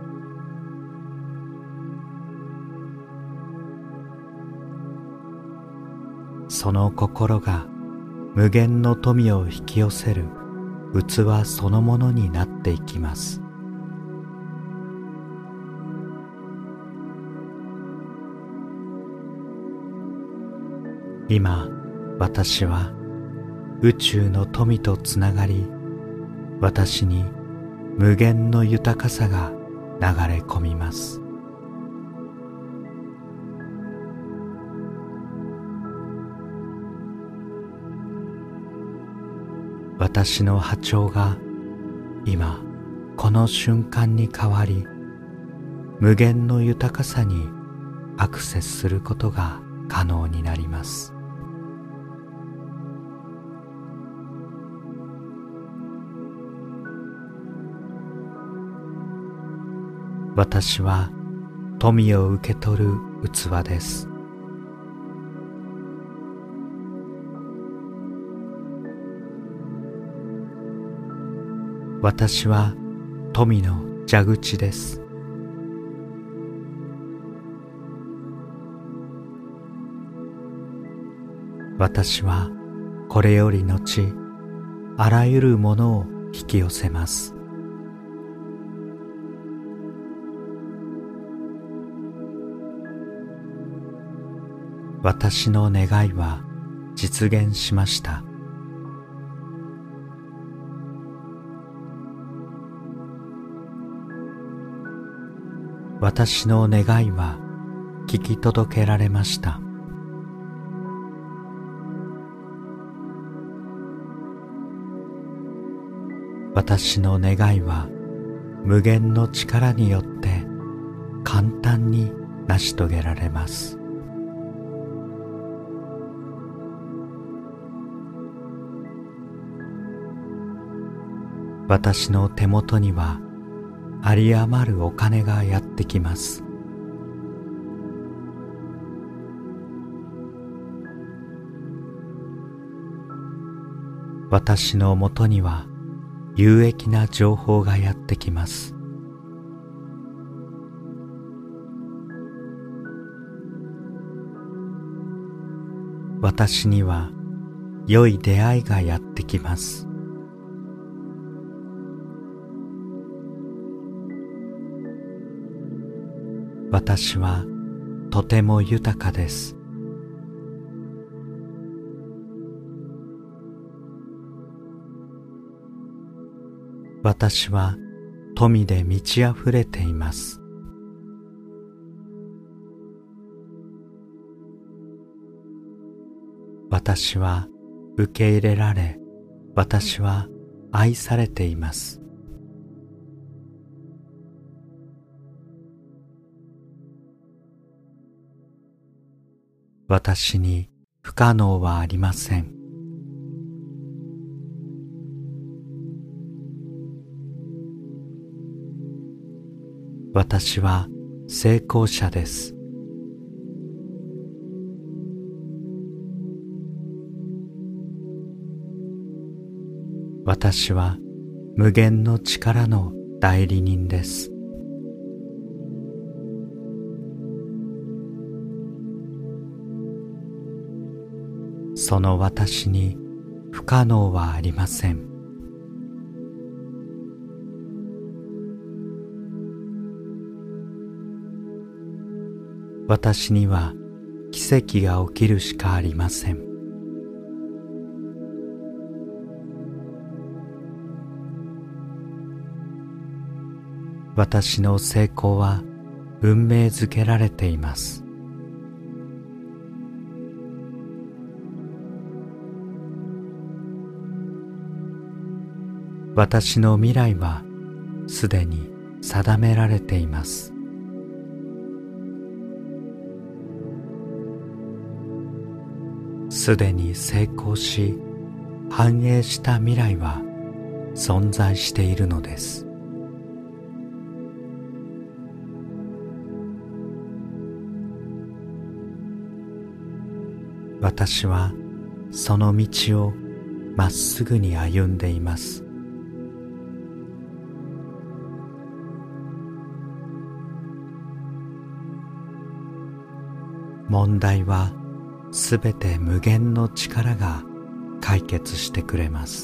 その心が無限の富を引き寄せる器そのものになっていきます。今、私は宇宙の富とつながり、私に無限の豊かさが流れ込みます。私の波長が今この瞬間に変わり、無限の豊かさにアクセスすることが可能になります。私は富を受け取る器です。私は富の蛇口です。私はこれより後、あらゆるものを引き寄せます。私の願いは実現しました。私の願いは聞き届けられました。私の願いは無限の力によって簡単に成し遂げられます。私の手元には有り余るお金がやってきます。私のもとには有益な情報がやってきます。私には良い出会いがやってきます。私はとても豊かです。私は富で満ち溢れています。私は受け入れられ、私は愛されています。私に不可能はありません。 私は成功者です。私は無限の力の代理人です。その私に不可能はありません。私には奇跡が起きるしかありません。私の成功は運命づけられています。私の未来はすでに定められています。すでに成功し繁栄した未来は存在しているのです。私はその道をまっすぐに歩んでいます。問題はすべて無限の力が解決してくれます。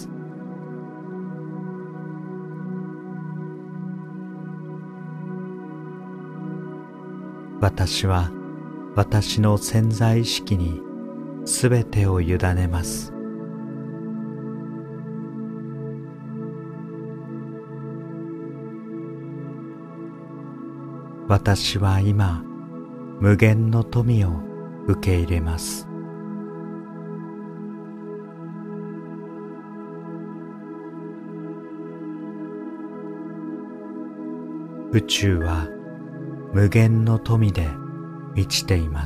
私は私の潜在意識にすべてを委ねます。私は今無限の富を受け入れます。宇宙は無限の富で満ちています。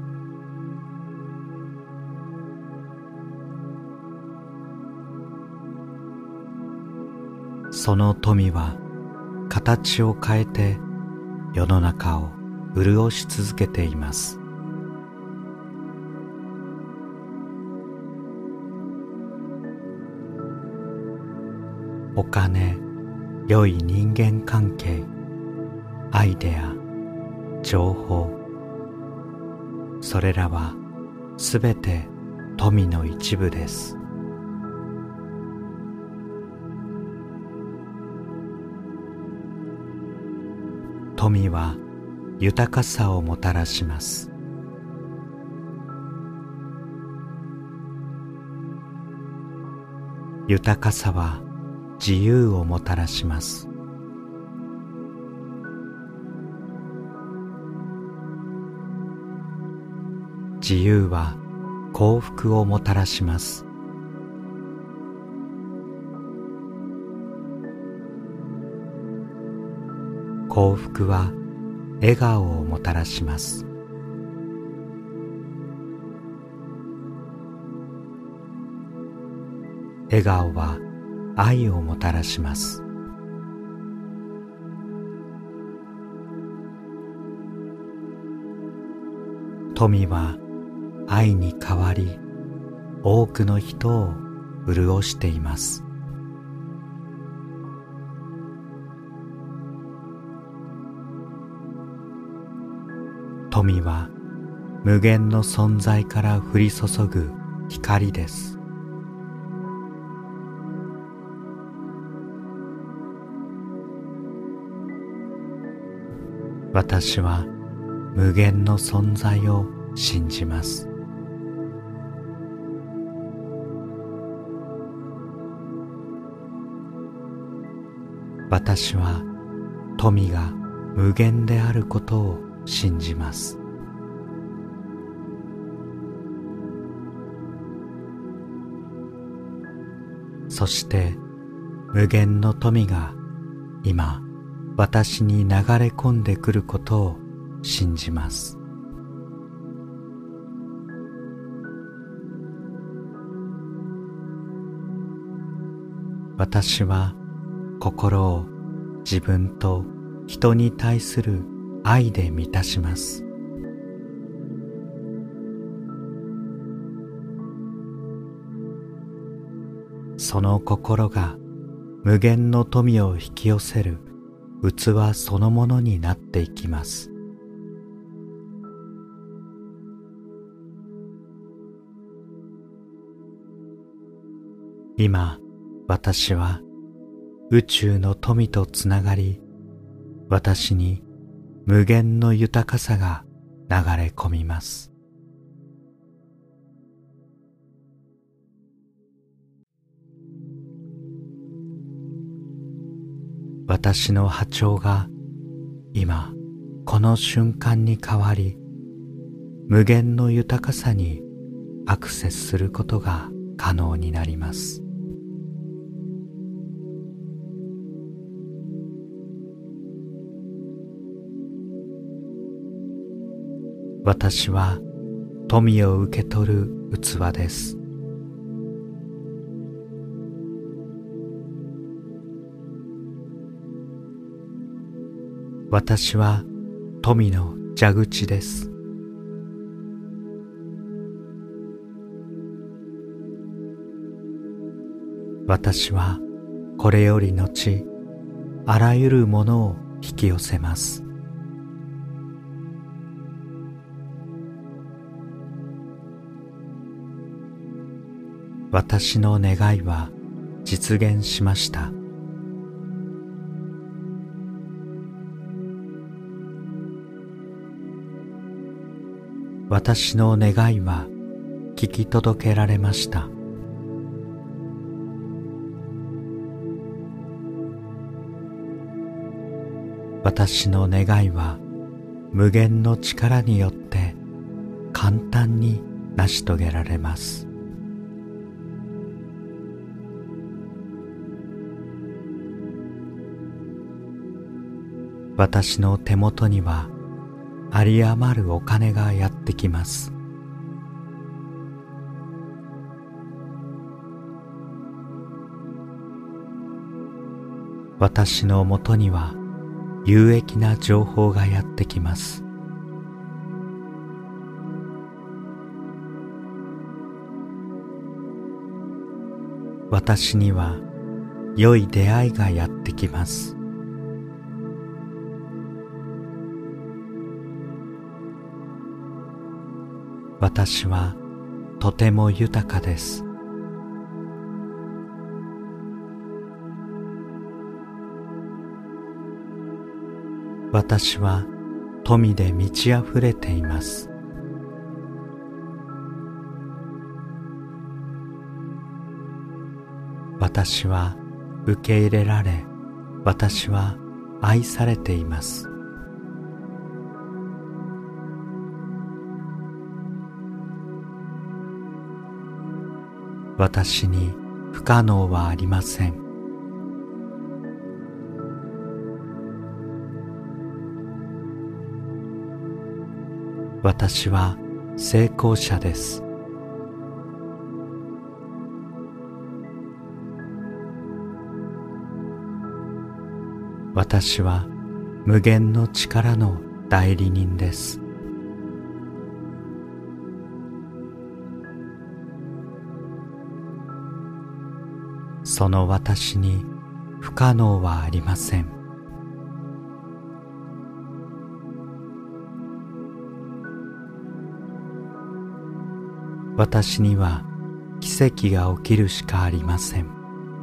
その富は形を変えて世の中を潤し続けています。お金、良い人間関係、アイデア、情報、それらはすべて富の一部です。富は豊かさをもたらします。豊かさは自由をもたらします。自由は幸福をもたらします。幸福は笑顔をもたらします。笑顔は愛をもたらします。富は愛に変わり、多くの人を潤しています。富は無限の存在から降り注ぐ光です。私は無限の存在を信じます。私は富が無限であることを信じます。そして無限の富が今私に流れ込んでくることを信じます。私は心を自分と人に対する愛で満たします。その心が無限の富を引き寄せる器そのものになっていきます。今、私は宇宙の富とつながり、私に無限の豊かさが流れ込みます。私の波長が今この瞬間に変わり、無限の豊かさにアクセスすることが可能になります。私は富を受け取る器です。私は富の蛇口です。私はこれより後、あらゆるものを引き寄せます。私の願いは実現しました。私の願いは聞き届けられました。私の願いは無限の力によって簡単に成し遂げられます。私の手元には有り余るお金がやってきます。私のもとには有益な情報がやってきます。私には良い出会いがやってきます。私はとても豊かです。私は富で満ち溢れています。私は受け入れられ、私は愛されています。私に不可能はありません。私は成功者です。私は無限の力の代理人です。その私に不可能はありません。私には奇跡が起きるしかありません。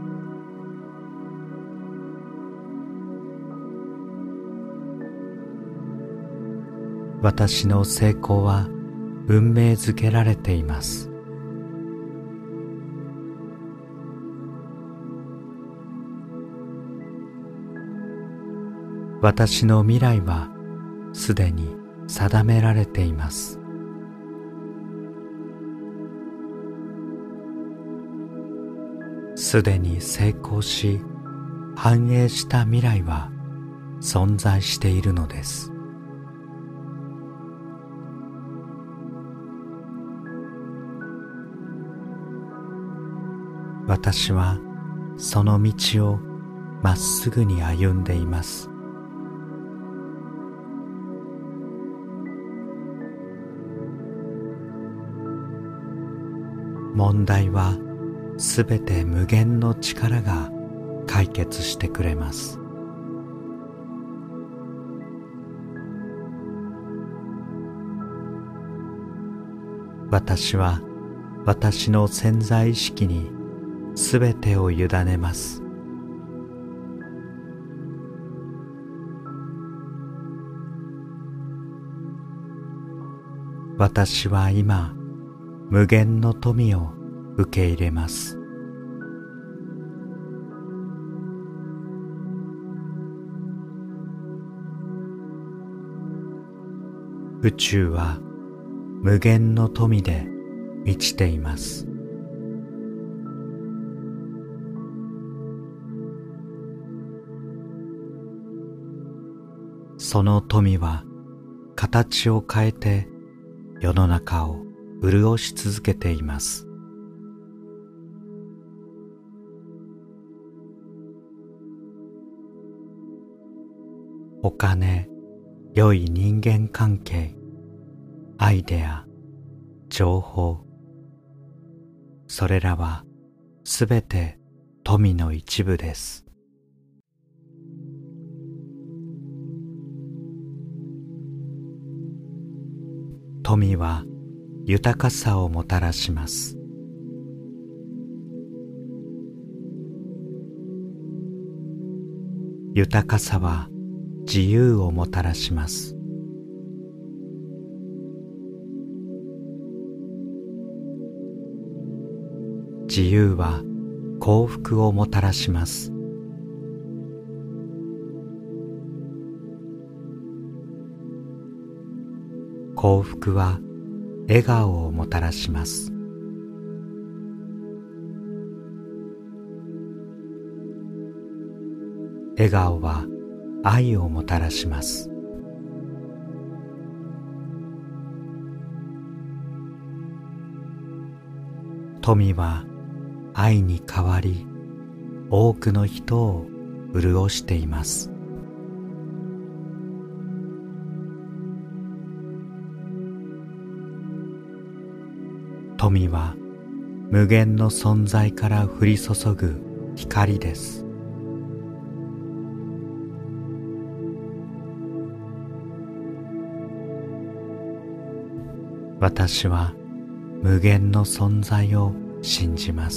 私の成功は運命づけられています。私の未来はすでに定められています。すでに成功し、繁栄した未来は存在しているのです。私はその道をまっすぐに歩んでいます。 問題はすべて無限の力が解決してくれます。私は私の潜在意識にすべてを委ねます。私は今、無限の富を受け入れます。宇宙は無限の富で満ちています。その富は形を変えて世の中を潤し続けています。お金、良い人間関係、アイデア、情報、それらはすべて富の一部です。富は豊かさをもたらします。豊かさは自由をもたらします。自由は幸福をもたらします。幸福は笑顔をもたらします。笑顔は愛をもたらします。富は愛に変わり、多くの人を潤しています。富は無限の存在から降り注ぐ光です。私は無限の存在を信じます。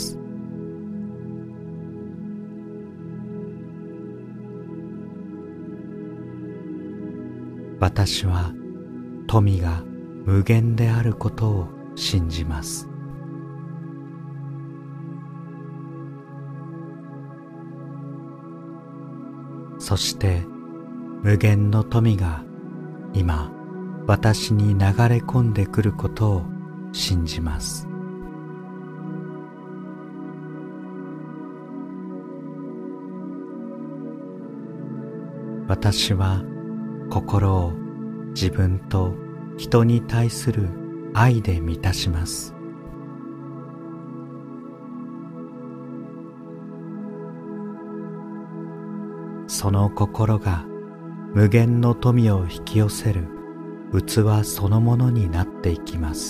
私は富が無限であることを信じます。そして無限の富が今私に流れ込んでくることを信じます。私は心を自分と人に対する愛で満たします。その心が無限の富を引き寄せる器そのものになっていきます。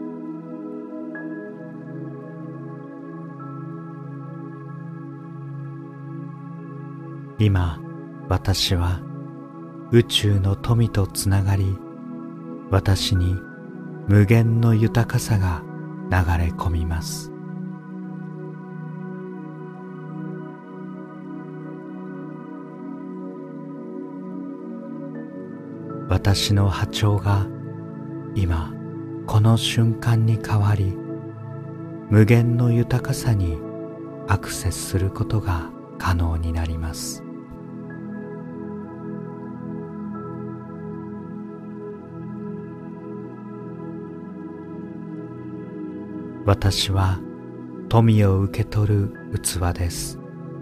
今、私は宇宙の富とつながり、私に無限の豊かさが流れ込みます。私の波長が今この瞬間に変わり、無限の豊かさにアクセスすることが可能になります。私は富を受け取る器です。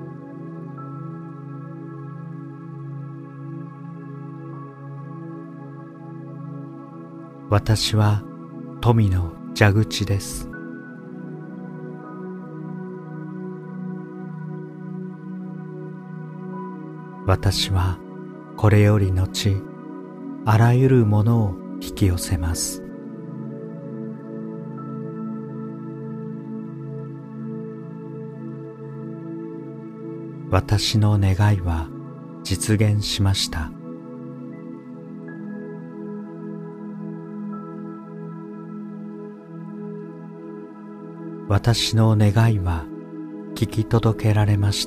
私は富の蛇口です。私はこれより後、あらゆるものを引き寄せます。 私の願いは実現しました。私の願いは聞き届けられました。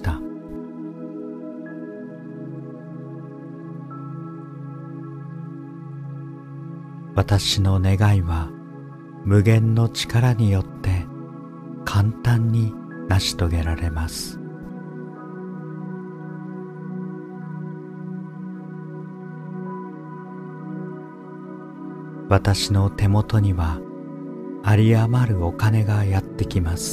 私の願いは無限の力によって簡単に成し遂げられます。私の手元には有り余るお金がやってきます。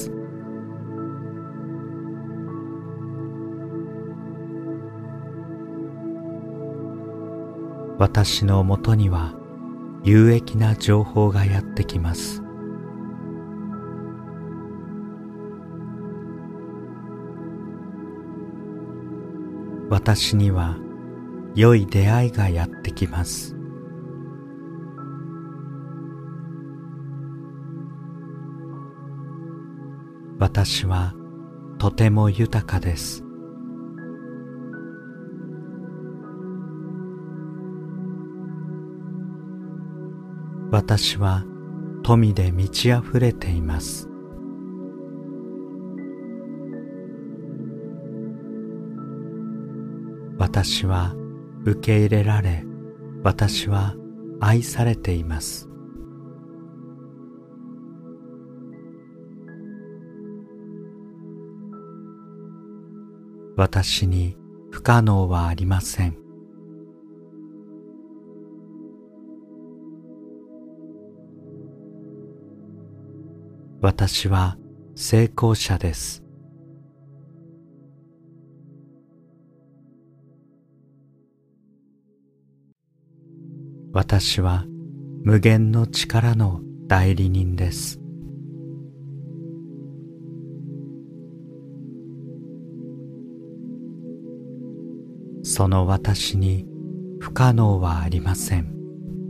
私のもとには有益な情報がやってきます。私には良い出会いがやってきます。私はとても豊かです。私は富で満ち溢れています。私は受け入れられ、私は愛されています。私に不可能はありません。私は成功者です。私は無限の力の代理人です。その私に不可能はありません。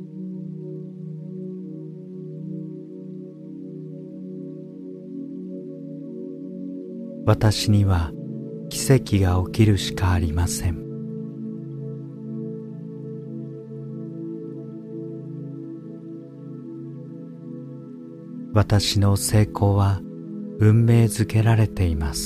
私には奇跡が起きるしかありません。私の成功は運命づけられています。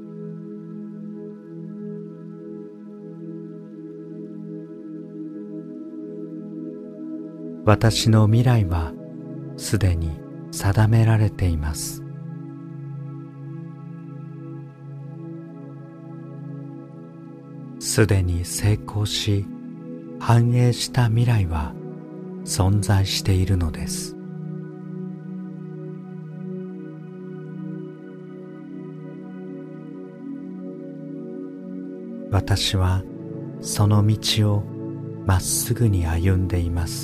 私の未来はすでに定められています。すでに成功し繁栄した未来は存在しているのです。私はその道をまっすぐに歩んでいます。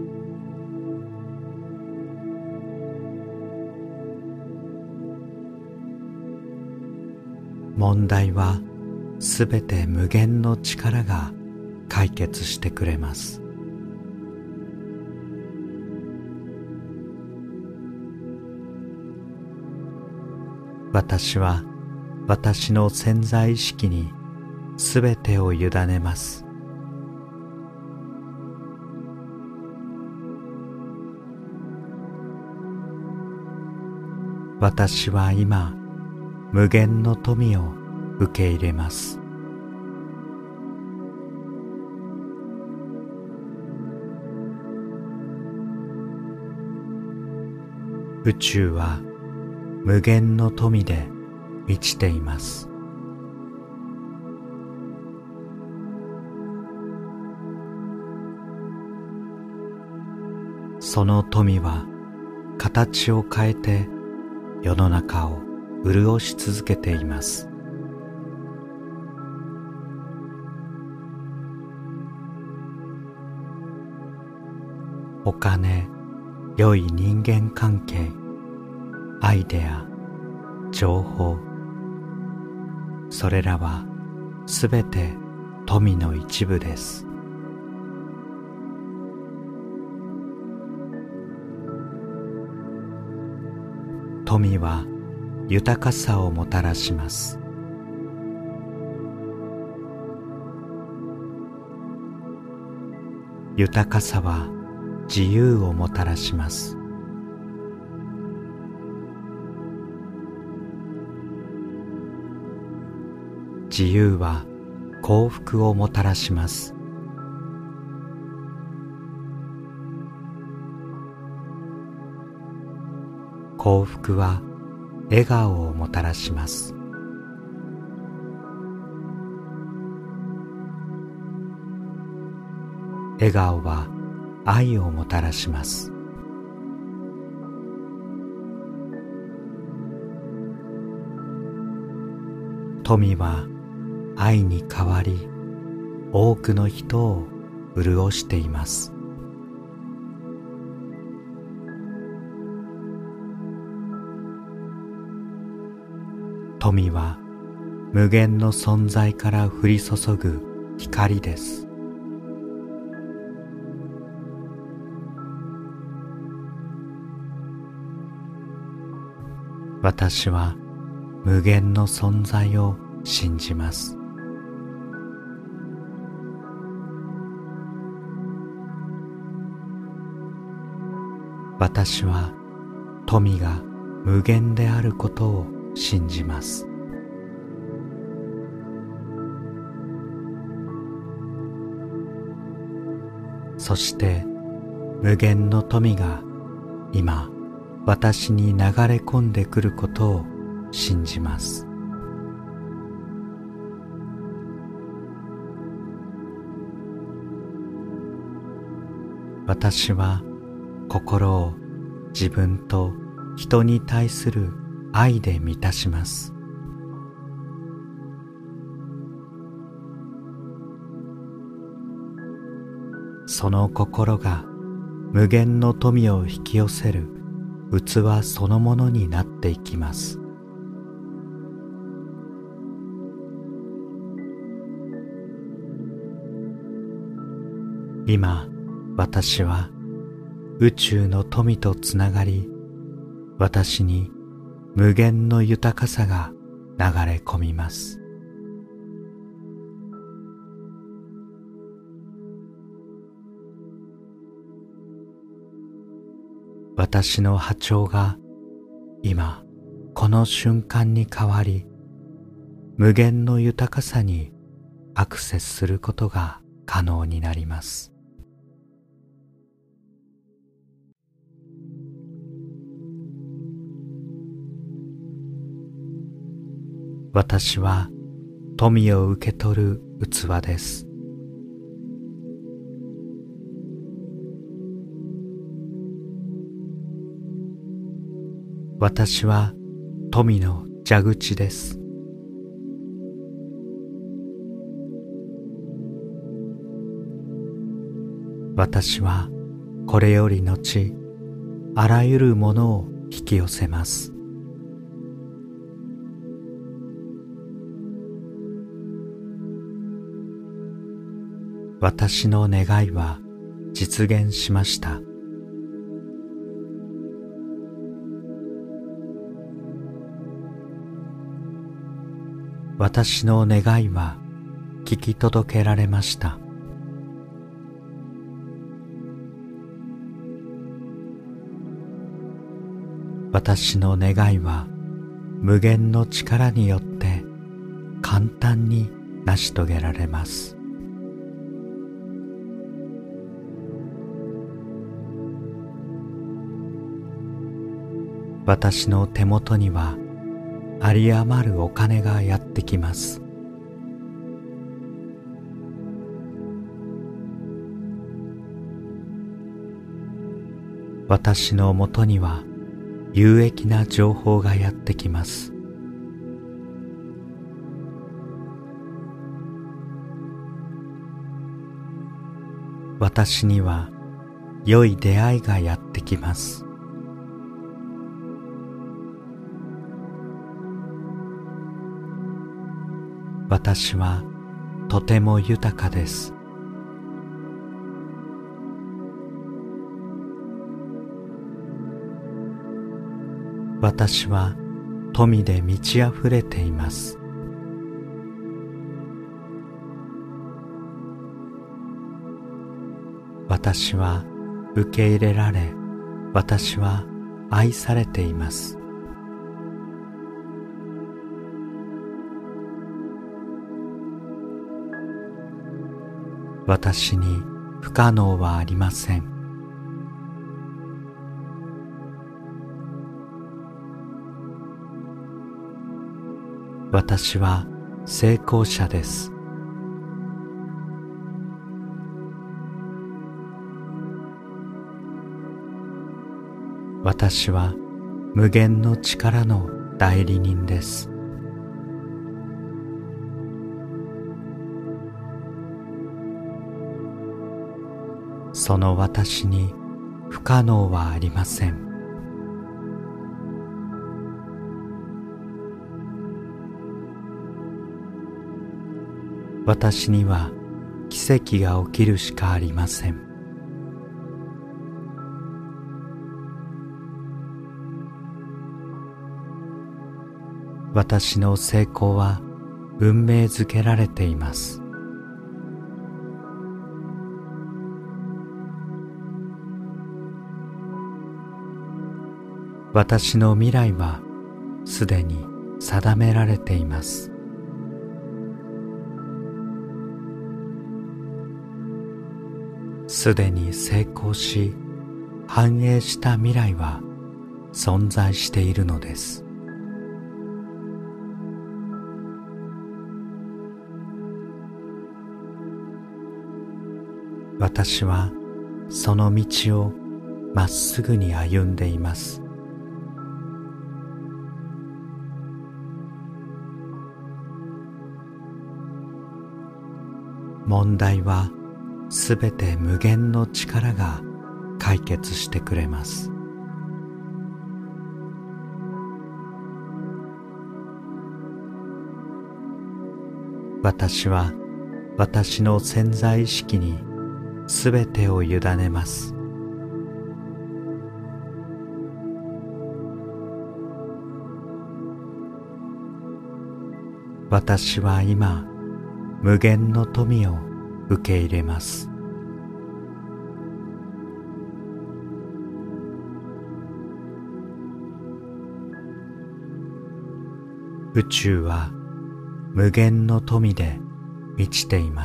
問題はすべて無限の力が解決してくれます。私は私の潜在意識にすべてを委ねます。私は今無限の富を受け入れます。宇宙は無限の富で満ちています。その富は形を変えて世の中を潤し続けています。お金、良い人間関係、アイデア、情報、それらはすべて富の一部です。富は豊かさをもたらします。 豊かさは自由をもたらします。自由は幸福をもたらします。幸福は笑顔をもたらします。笑顔は愛をもたらします。富は愛に変わり、多くの人を潤しています。富は無限の存在から降り注ぐ光です。私は無限の存在を信じます。私は富が無限であることを信じます。そして無限の富が今私に流れ込んでくることを信じます。私は心を自分と人に対する愛で満たします。その心が無限の富を引き寄せる器そのものになっていきます。今、私は宇宙の富とつながり、私に無限の豊かさが流れ込みます。私の波長が今この瞬間に変わり、無限の豊かさにアクセスすることが可能になります。私は富を受け取る器です。私は富の蛇口です。私はこれより後、あらゆるものを引き寄せます。私の願いは実現しました。私の願いは聞き届けられました。私の願いは無限の力によって簡単に成し遂げられます。私の手元には有り余るお金がやってきます。私のもとには有益な情報がやってきます。私には良い出会いがやってきます。私はとても豊かです。私は富で満ち溢れています。 私は受け入れられ、私は愛されています。私に不可能はありません。私は成功者です。私は無限の力の代理人です。その私に不可能はありません。私には奇跡が起きるしかありません。私の成功は運命づけられています。私の未来はすでに定められています。すでに成功し、繁栄した未来は存在しているのです。私はその道をまっすぐに歩んでいます。問題はすべて無限の力が解決してくれます。私は私の潜在意識にすべてを委ねます。私は今、無限の富を受け入れます。宇宙は無限の富で満ちています。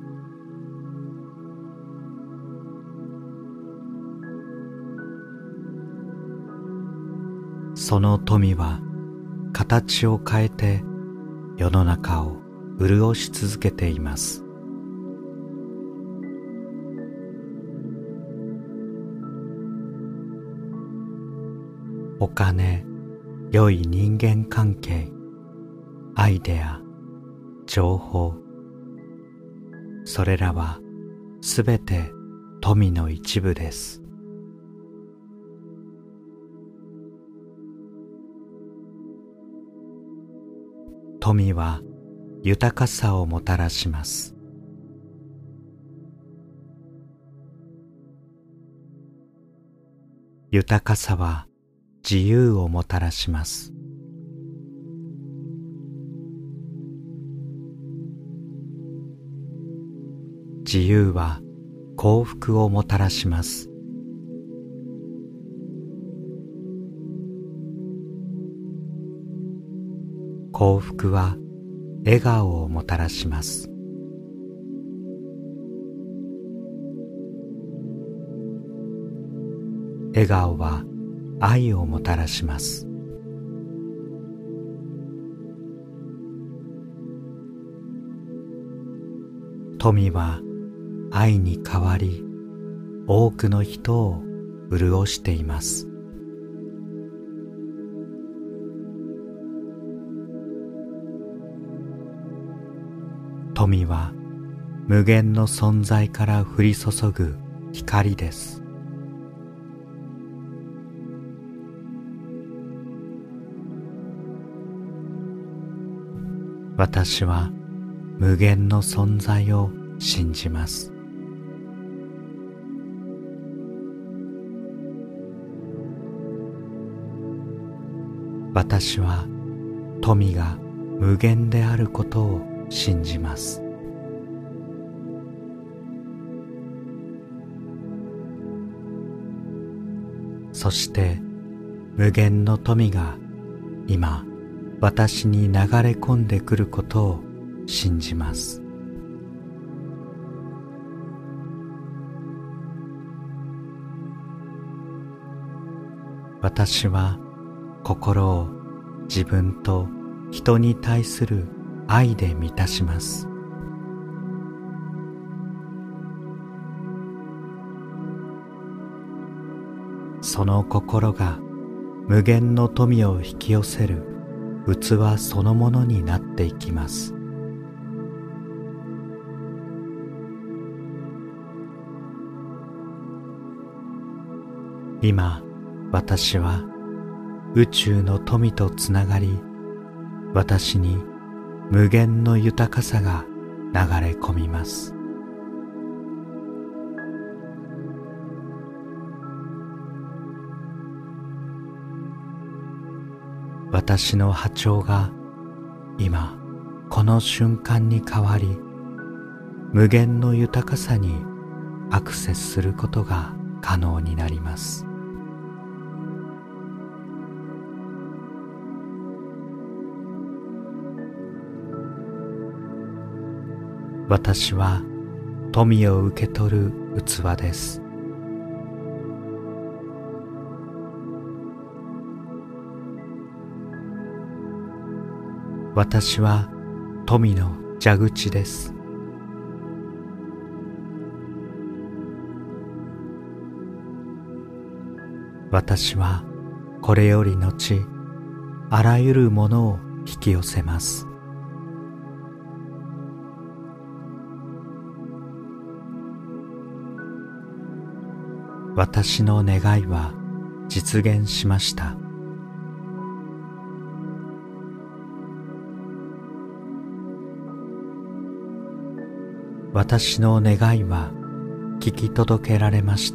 その富は形を変えて世の中を潤し続けています。お金、良い人間関係、アイデア、情報、それらはすべて富の一部です。富は豊かさをもたらします。豊かさは自由をもたらします。自由は幸福をもたらします。幸福は笑顔をもたらします。笑顔は愛をもたらします。富は愛に変わり、多くの人を潤しています。富は無限の存在から降り注ぐ光です。私は無限の存在を信じます。私は富が無限であることを信じます。 そして無限の富が今私に流れ込んでくることを信じます。私は心を自分と人に対する愛で満たします。その心が無限の富を引き寄せる器そのものになっていきます。今、私は宇宙の富とつながり、私に無限の豊かさが流れ込みます。私の波長が今この瞬間に変わり、無限の豊かさにアクセスすることが可能になります。私は富を受け取る器です。私は富の蛇口です。私はこれより後、あらゆるものを引き寄せます。私の願いは実現しました。私の願いは聞き届けられました。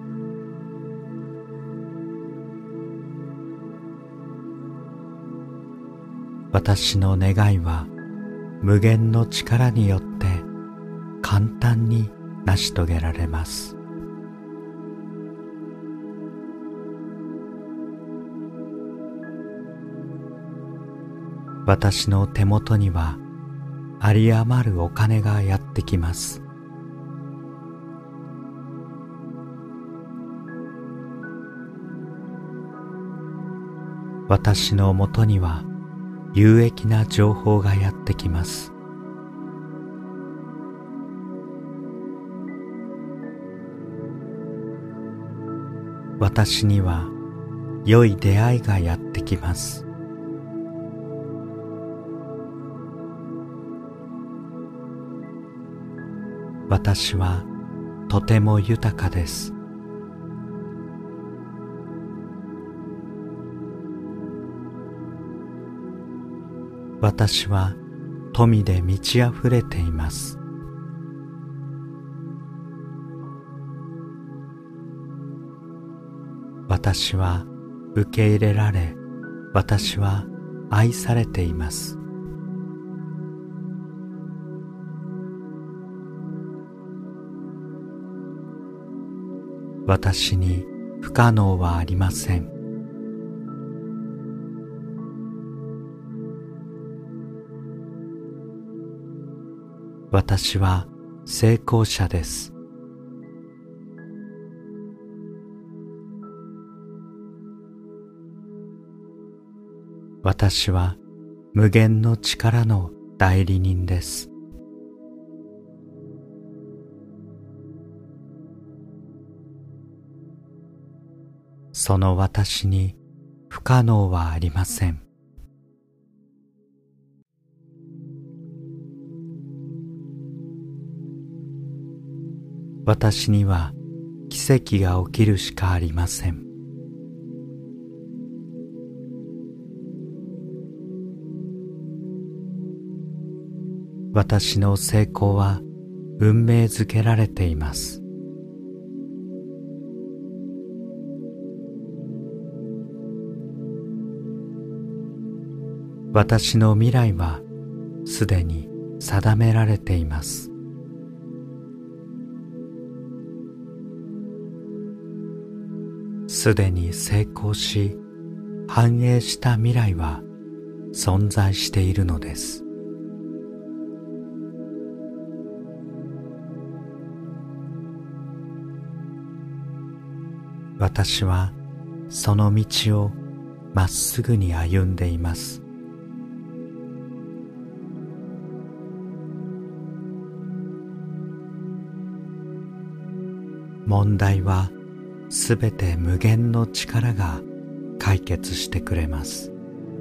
私の願いは無限の力によって簡単に成し遂げられます。私の手元には有り余るお金がやってきます。私のもとには有益な情報がやってきます。私には良い出会いがやってきます。私はとても豊かです。私は富で満ち溢れています。私は受け入れられ、私は愛されています。私に不可能はありません。私は成功者です。私は無限の力の代理人です。その私に不可能はありません。私には奇跡が起きるしかありません。私の成功は運命づけられています。私の未来はすでに定められています。 すでに成功し繁栄した未来は存在しているのです。私はその道をまっすぐに歩んでいます。問題はすべて無限の力が解決してくれます。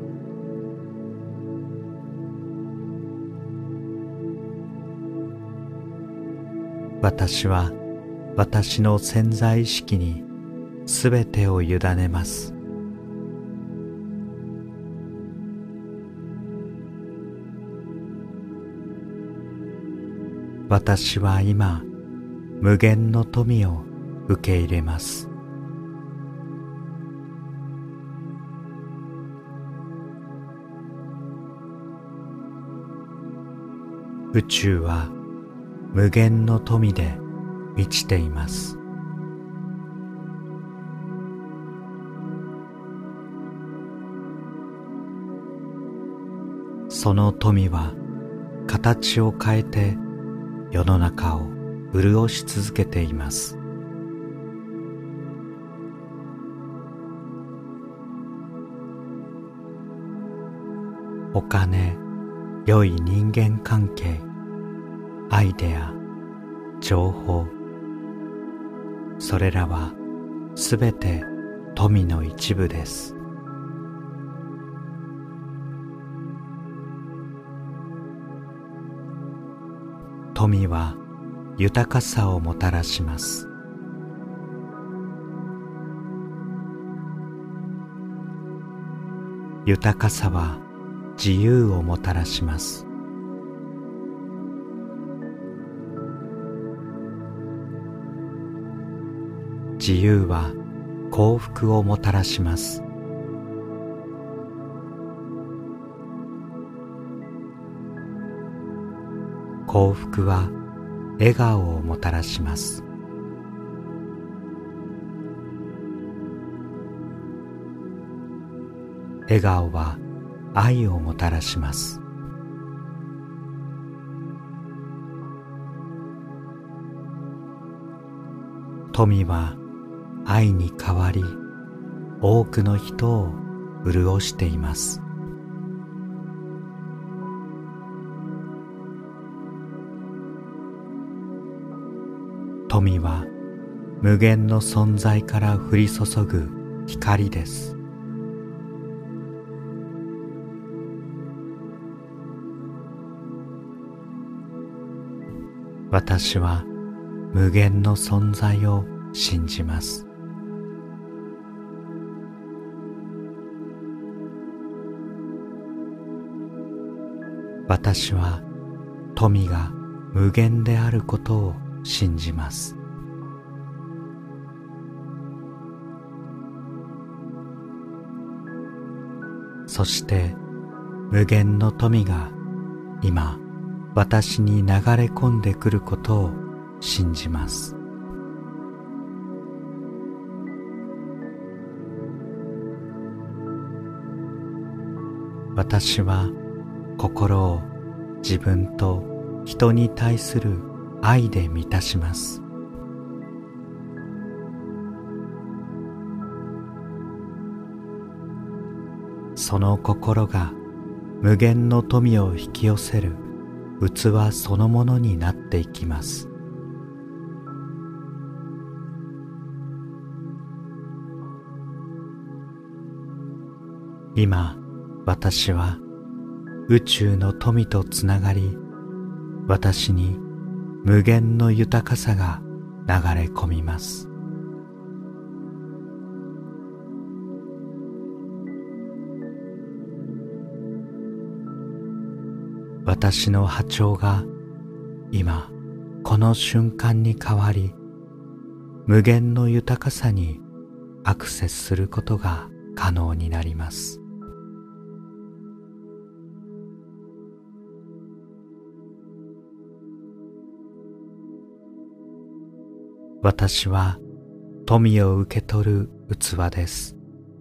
私は私の潜在意識にすべてを委ねます。私は今、無限の富を受け入れます。宇宙は無限の富で満ちています。その富は形を変えて世の中を潤し続けています。お金、良い人間関係、アイデア、情報、それらはすべて富の一部です。富は豊かさをもたらします。豊かさは自由をもたらします。自由は幸福をもたらします。幸福は笑顔をもたらします。笑顔は愛をもたらします。富は愛に変わり、多くの人を潤しています。富は無限の存在から降り注ぐ光です。私は無限の存在を信じます。私は富が無限であることを信じます。そして無限の富が今私に流れ込んでくることを信じます。私は心を自分と人に対する愛で満たします。その心が無限の富を引き寄せる器そのものになっていきます。今、私は宇宙の富とつながり、私に無限の豊かさが流れ込みます。私の波長が今この瞬間に変わり、無限の豊かさにアクセスすることが可能になります。私は富を受け取る器です。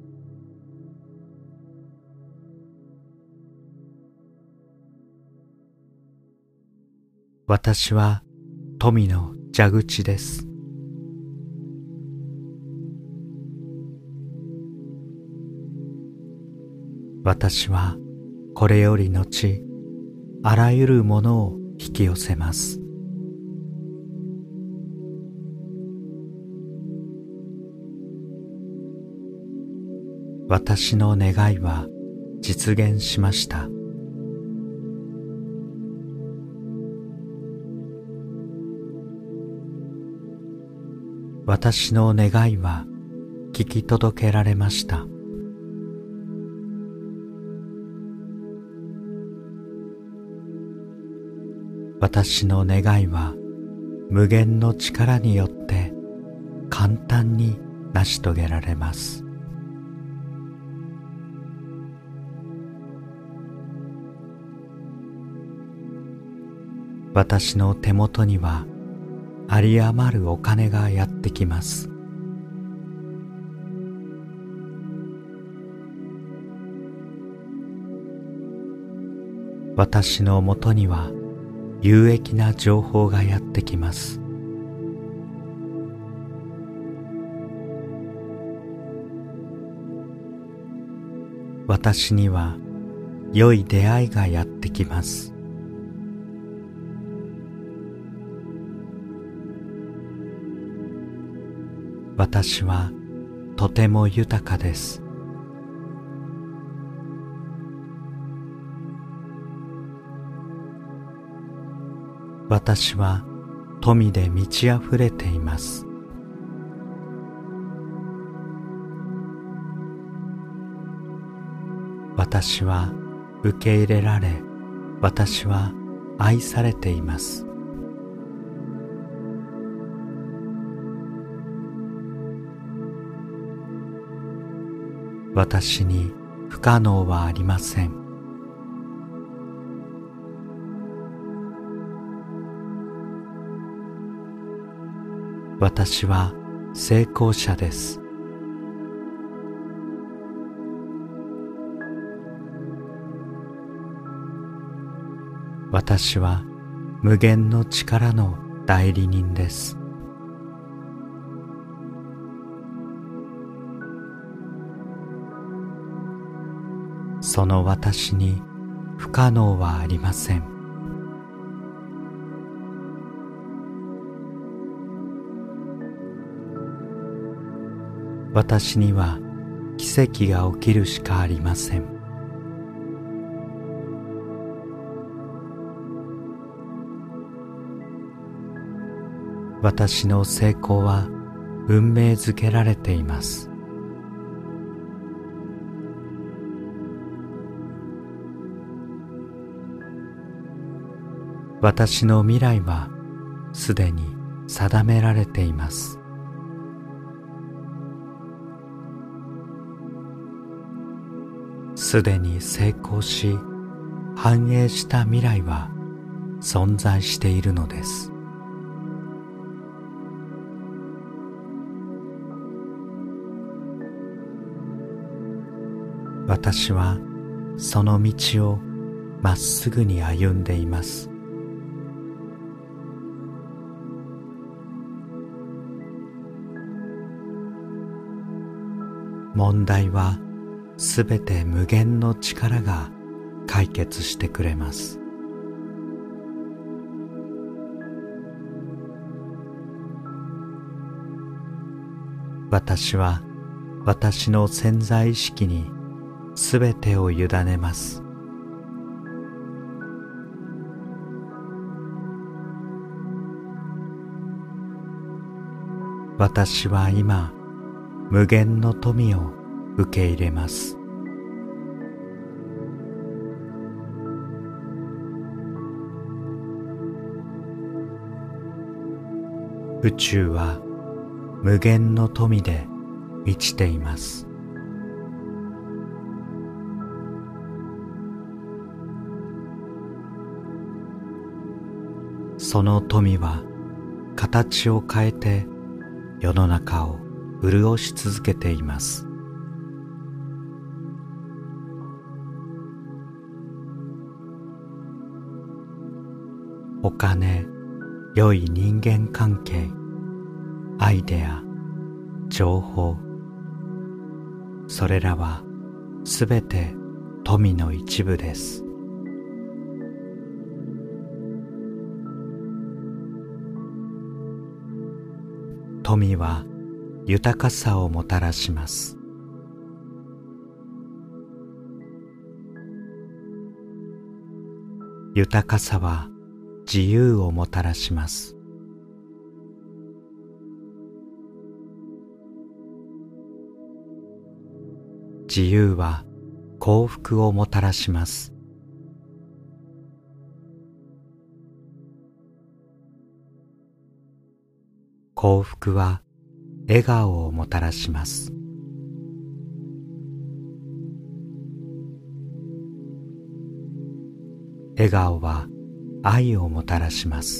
私は富の蛇口です。私はこれより後、あらゆるものを引き寄せます。私の願いは実現しました。私の願いは聞き届けられました。私の願いは無限の力によって簡単に成し遂げられます。私の手元には有り余るお金がやってきます。私のもとには有益な情報がやってきます。私には良い出会いがやってきます。私はとても豊かです。私は富で満ち溢れています。私は受け入れられ、私は愛されています。私に不可能はありません。私は成功者です。私は無限の力の代理人です。その私に不可能はありません。私には奇跡が起きるしかありません。私の成功は運命づけられています。私の未来はすでに定められています。すでに成功し、繁栄した未来は存在しているのです。私はその道をまっすぐに歩んでいます。問題はすべて無限の力が解決してくれます。私は私の潜在意識にすべてを委ねます。私は今、無限の富を受け入れます。宇宙は無限の富で満ちています。その富は形を変えて世の中を潤し続けています。お金、良い人間関係、アイデア、情報、それらはすべて富の一部です。富は豊かさをもたらします。豊かさは自由をもたらします。自由は幸福をもたらします。幸福は笑顔をもたらします。笑顔は愛をもたらします。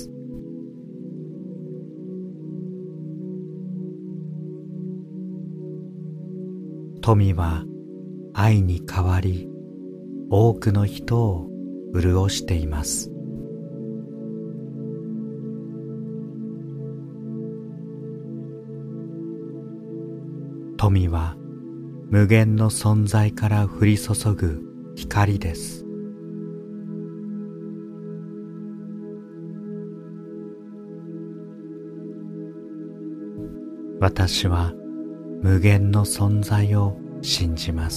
富は愛に変わり、多くの人を潤しています。富は無限の存在から降り注ぐ光です。私は無限の存在を信じます。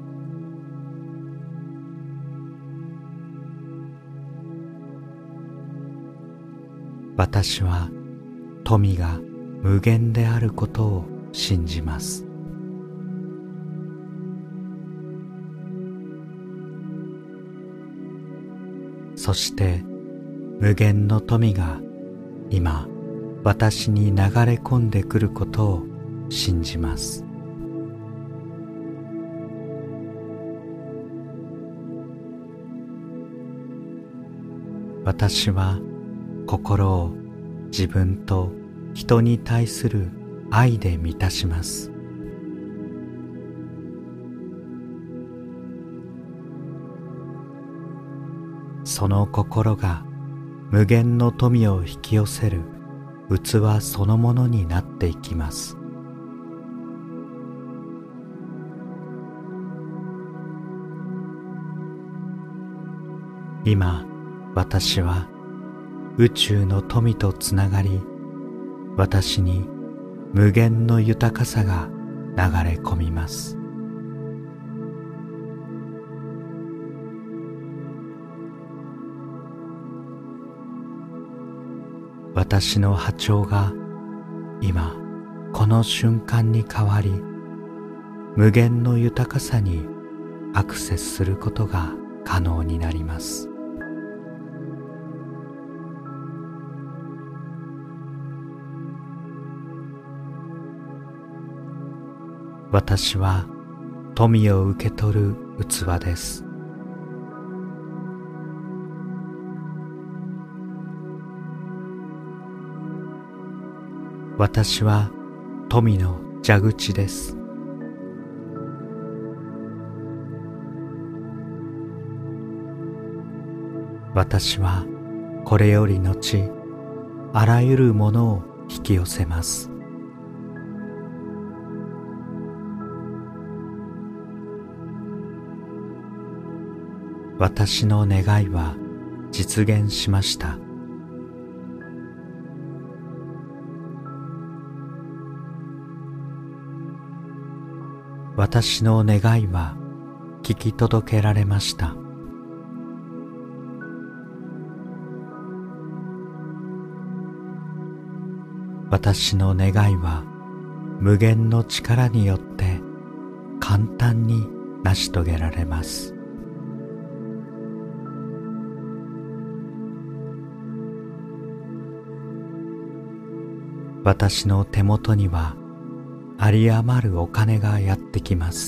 私は富が無限であることを信じます。そして無限の富が今私に流れ込んでくることを信じます。私は心を自分と人に対する愛で満たします。その心が無限の富を引き寄せる器そのものになっていきます。今、私は宇宙の富とつながり、私に無限の豊かさが流れ込みます。私の波長が今この瞬間に変わり、無限の豊かさにアクセスすることが可能になります。私は富を受け取る器です。私は富の蛇口です。私はこれより後、あらゆるものを引き寄せます。私の願いは実現しました。私の願いは聞き届けられました。私の願いは無限の力によって簡単に成し遂げられます。私の手元には有り余るお金がやってきます。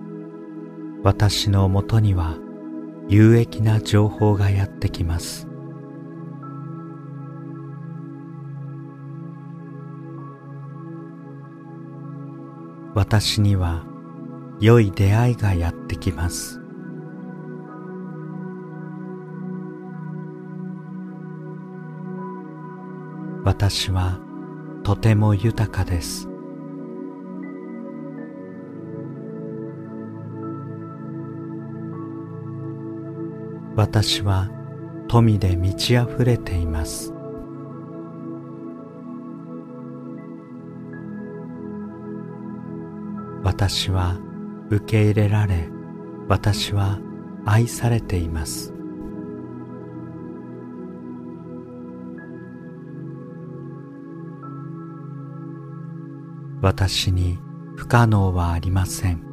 私のもとには有益な情報がやってきます。 私には良い出会いがやってきます。私はとても豊かです。私は富で満ち溢れています。私は受け入れられ、私は愛されています。私に不可能はありません。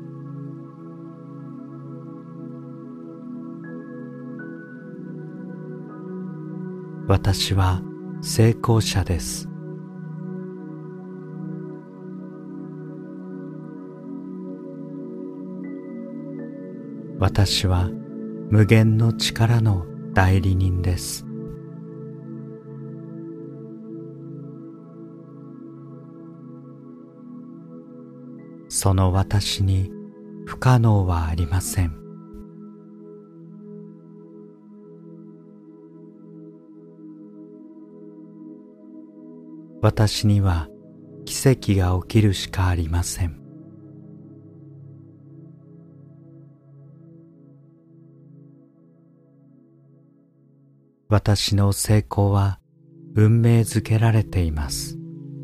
私は成功者です。私は無限の力の代理人です。その私に不可能はありません。私には奇跡が起きるしかありません。私の成功は運命づけられています。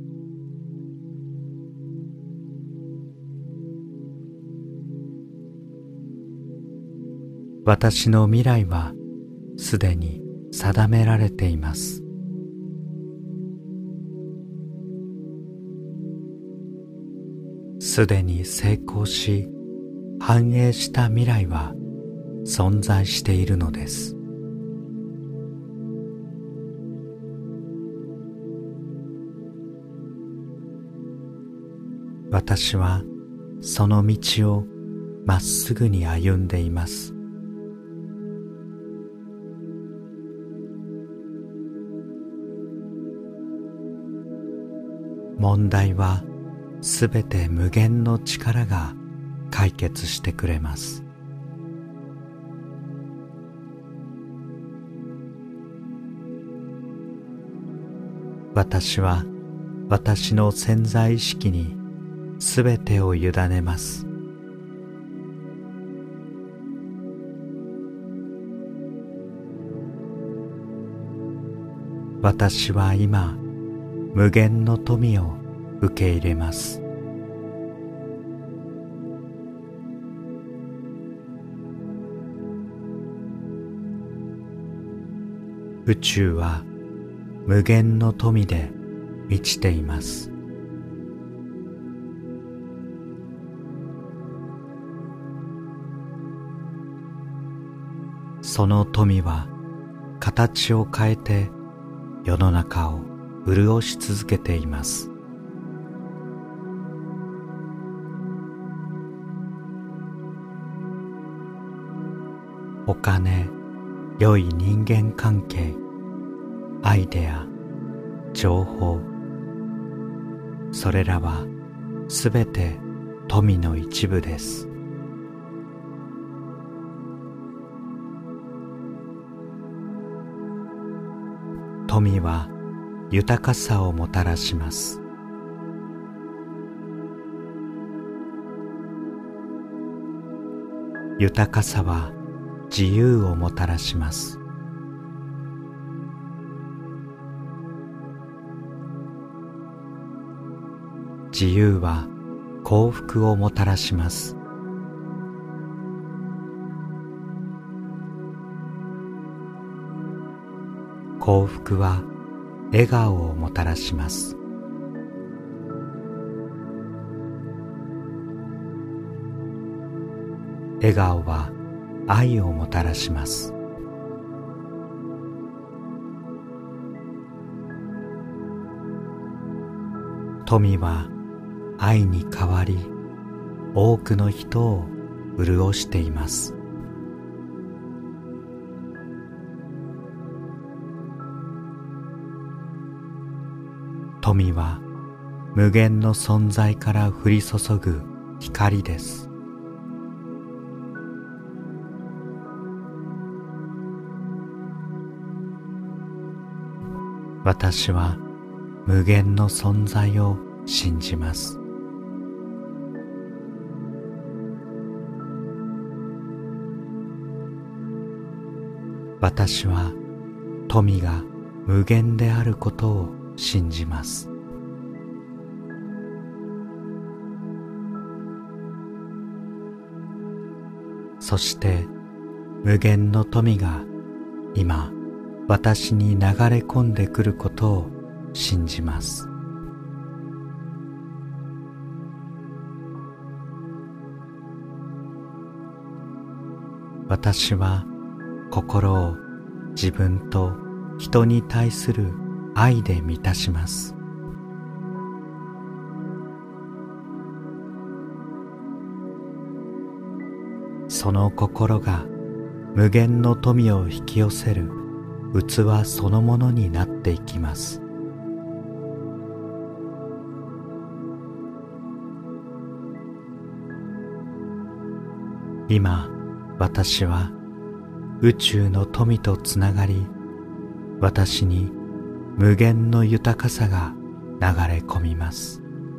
私の未来はすでに定められています。すでに成功し、繁栄した未来は存在しているのです。私はその道をまっすぐに歩んでいます。問題はすべて無限の力が解決してくれます。私は私の潜在意識にすべてを委ねます。私は今、無限の富を受け入れます。宇宙は無限の富で満ちています。その富は形を変えて世の中を潤し続けています。お金、良い人間関係、アイデア、情報、それらはすべて富の一部です。富は豊かさをもたらします。豊かさは自由をもたらします。自由は幸福をもたらします。幸福は笑顔をもたらします。笑顔は愛をもたらします。富は愛に変わり、多くの人を潤しています。富は無限の存在から降り注ぐ光です。私は無限の存在を信じます。私は富が無限であることを信じます。そして無限の富が今私に流れ込んでくることを信じます。私は心を自分と人に対する愛で満たします。その心が無限の富を引き寄せる器そのものになっていきます。今、私は宇宙の富とつながり、私に無限の豊かさが流れ込みます。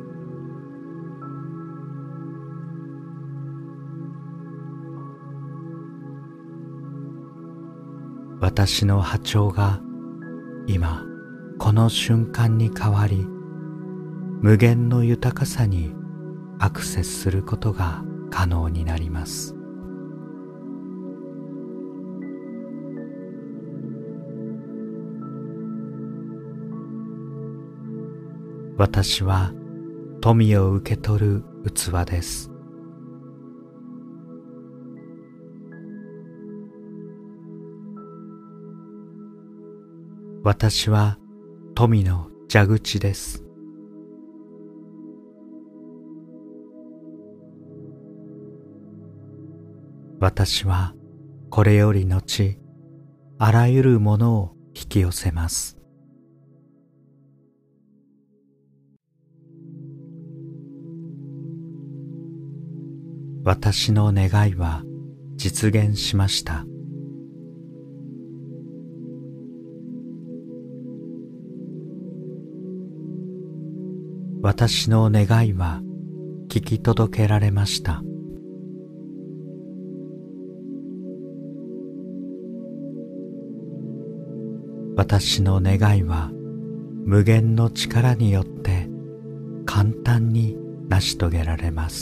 私の波長が今この瞬間に変わり、無限の豊かさにアクセスすることが可能になります。私は富を受け取る器です。私は富の蛇口です。私はこれより後、あらゆるものを引き寄せます。私の願いは実現しました。私の願いは聞き届けられました。私の願いは無限の力によって簡単に成し遂げられます。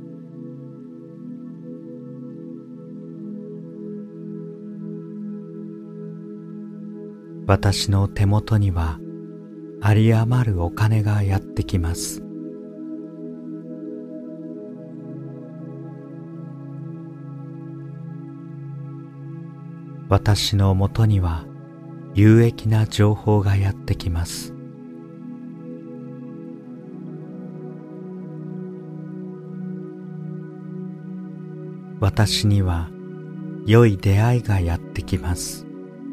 私の手元には有り余るお金がやってきます。私のもとには有益な情報がやってきます。私には良い出会いがやってきます。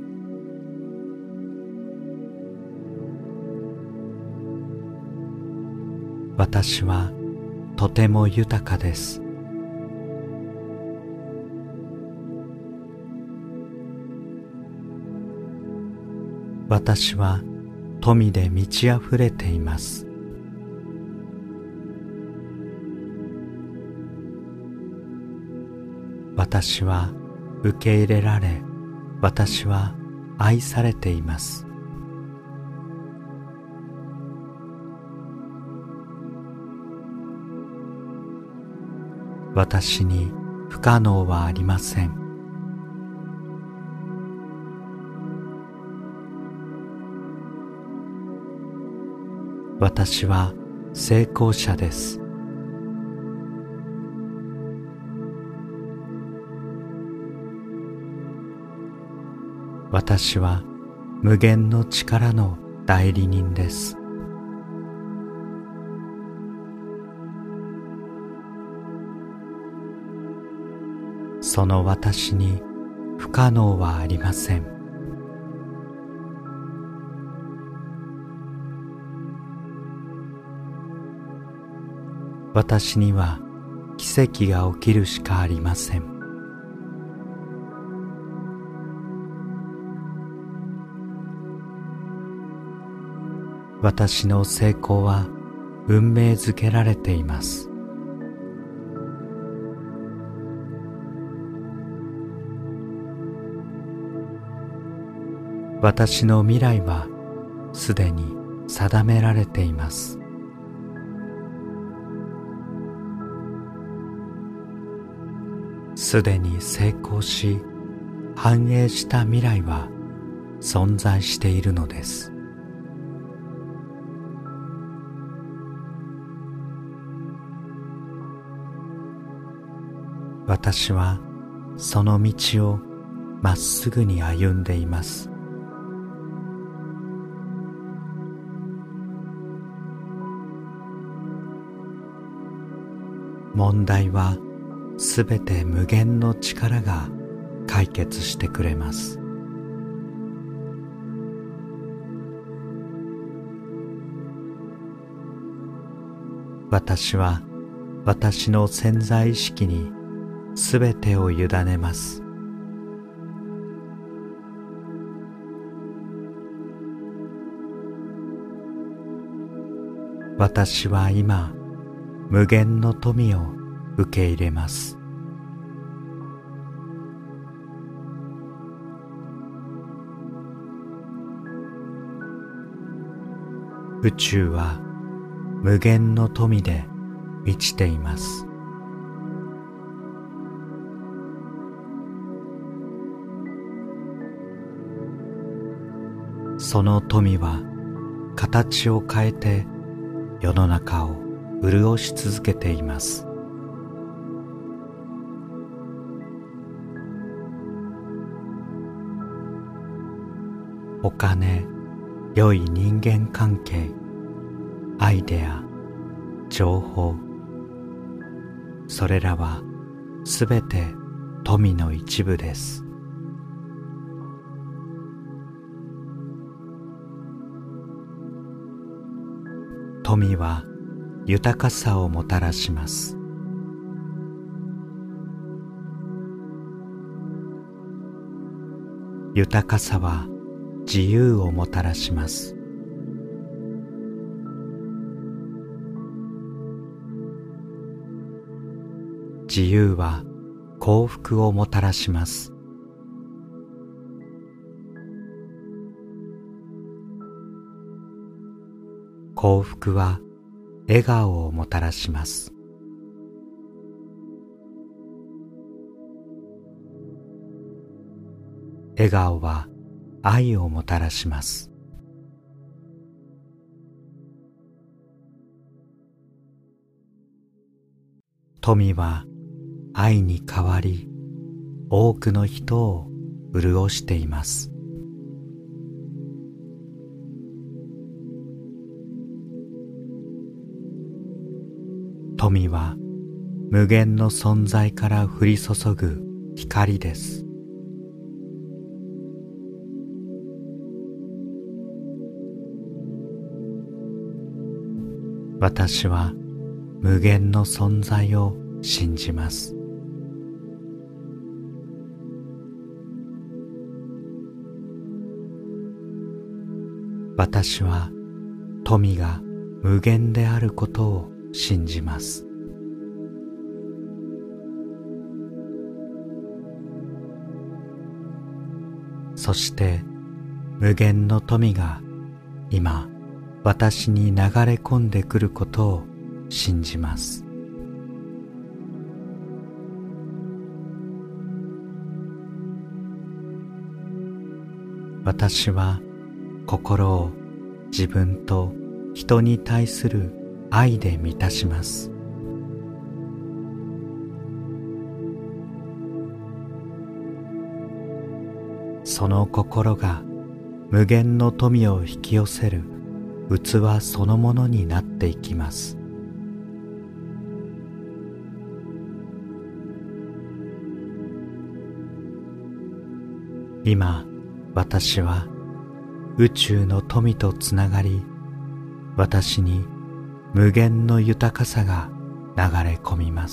私はとても豊かです。私は富で満ち溢れています。私は受け入れられ、私は愛されています。私に不可能はありません。私は成功者です。私は無限の力の代理人です。その私に不可能はありません。 私には奇跡が起きるしかありません。私の成功は運命づけられています。私の未来はすでに定められています。すでに成功し繁栄した未来は存在しているのです。私はその道をまっすぐに歩んでいます。問題はすべて無限の力が解決してくれます。私は私の潜在意識にすべてを委ねます。私は今無限の富を受け入れます。宇宙は無限の富で満ちています。その富は形を変えて世の中を潤し続けています。お金、良い人間関係、アイデア、情報、それらはすべて富の一部です。富は豊かさをもたらします。豊かさは自由をもたらします。自由は幸福をもたらします。幸福は笑顔をもたらします。笑顔は愛をもたらします。富は愛に変わり、多くの人を潤しています。富は無限の存在から降り注ぐ光です。私は無限の存在を信じます。私は富が無限であることを信じます。そして無限の富が今私に流れ込んでくることを信じます。私は心を自分と人に対する愛で満たします。その心が無限の富を引き寄せる器そのものになっていきます。今、私は宇宙の富とつながり、私に無限の豊かさがれ込みます。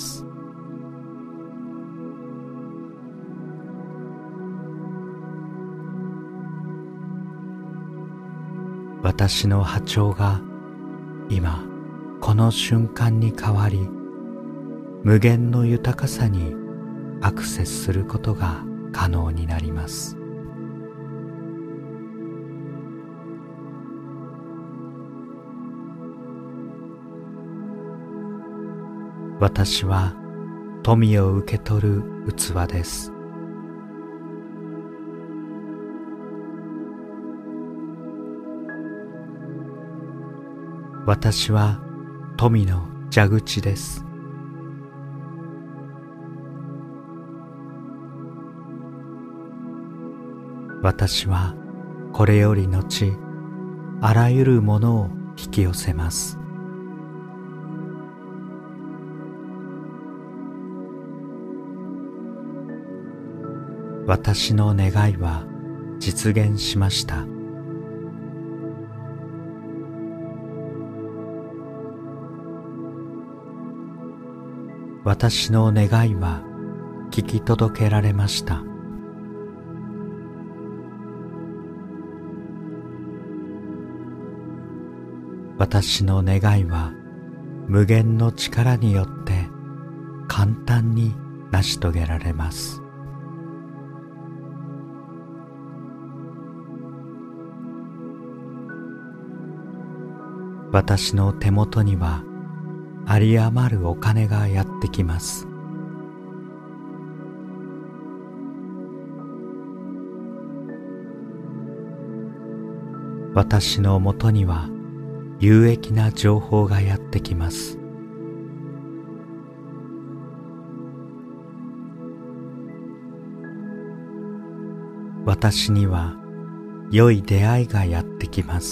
私の波長が今この瞬間に変わり、無限の豊かさにアクセスすることが可能になります。私は富を受け取る器です。私は富の蛇口です。私はこれより後、あらゆるものを引き寄せます。私の願いは実現しました。私の願いは聞き届けられました。私の願いは無限の力によって簡単に成し遂げられます。私の手元には有り余るお金がやってきます。私のもとには有益な情報がやってきます。私には良い出会いがやってきます。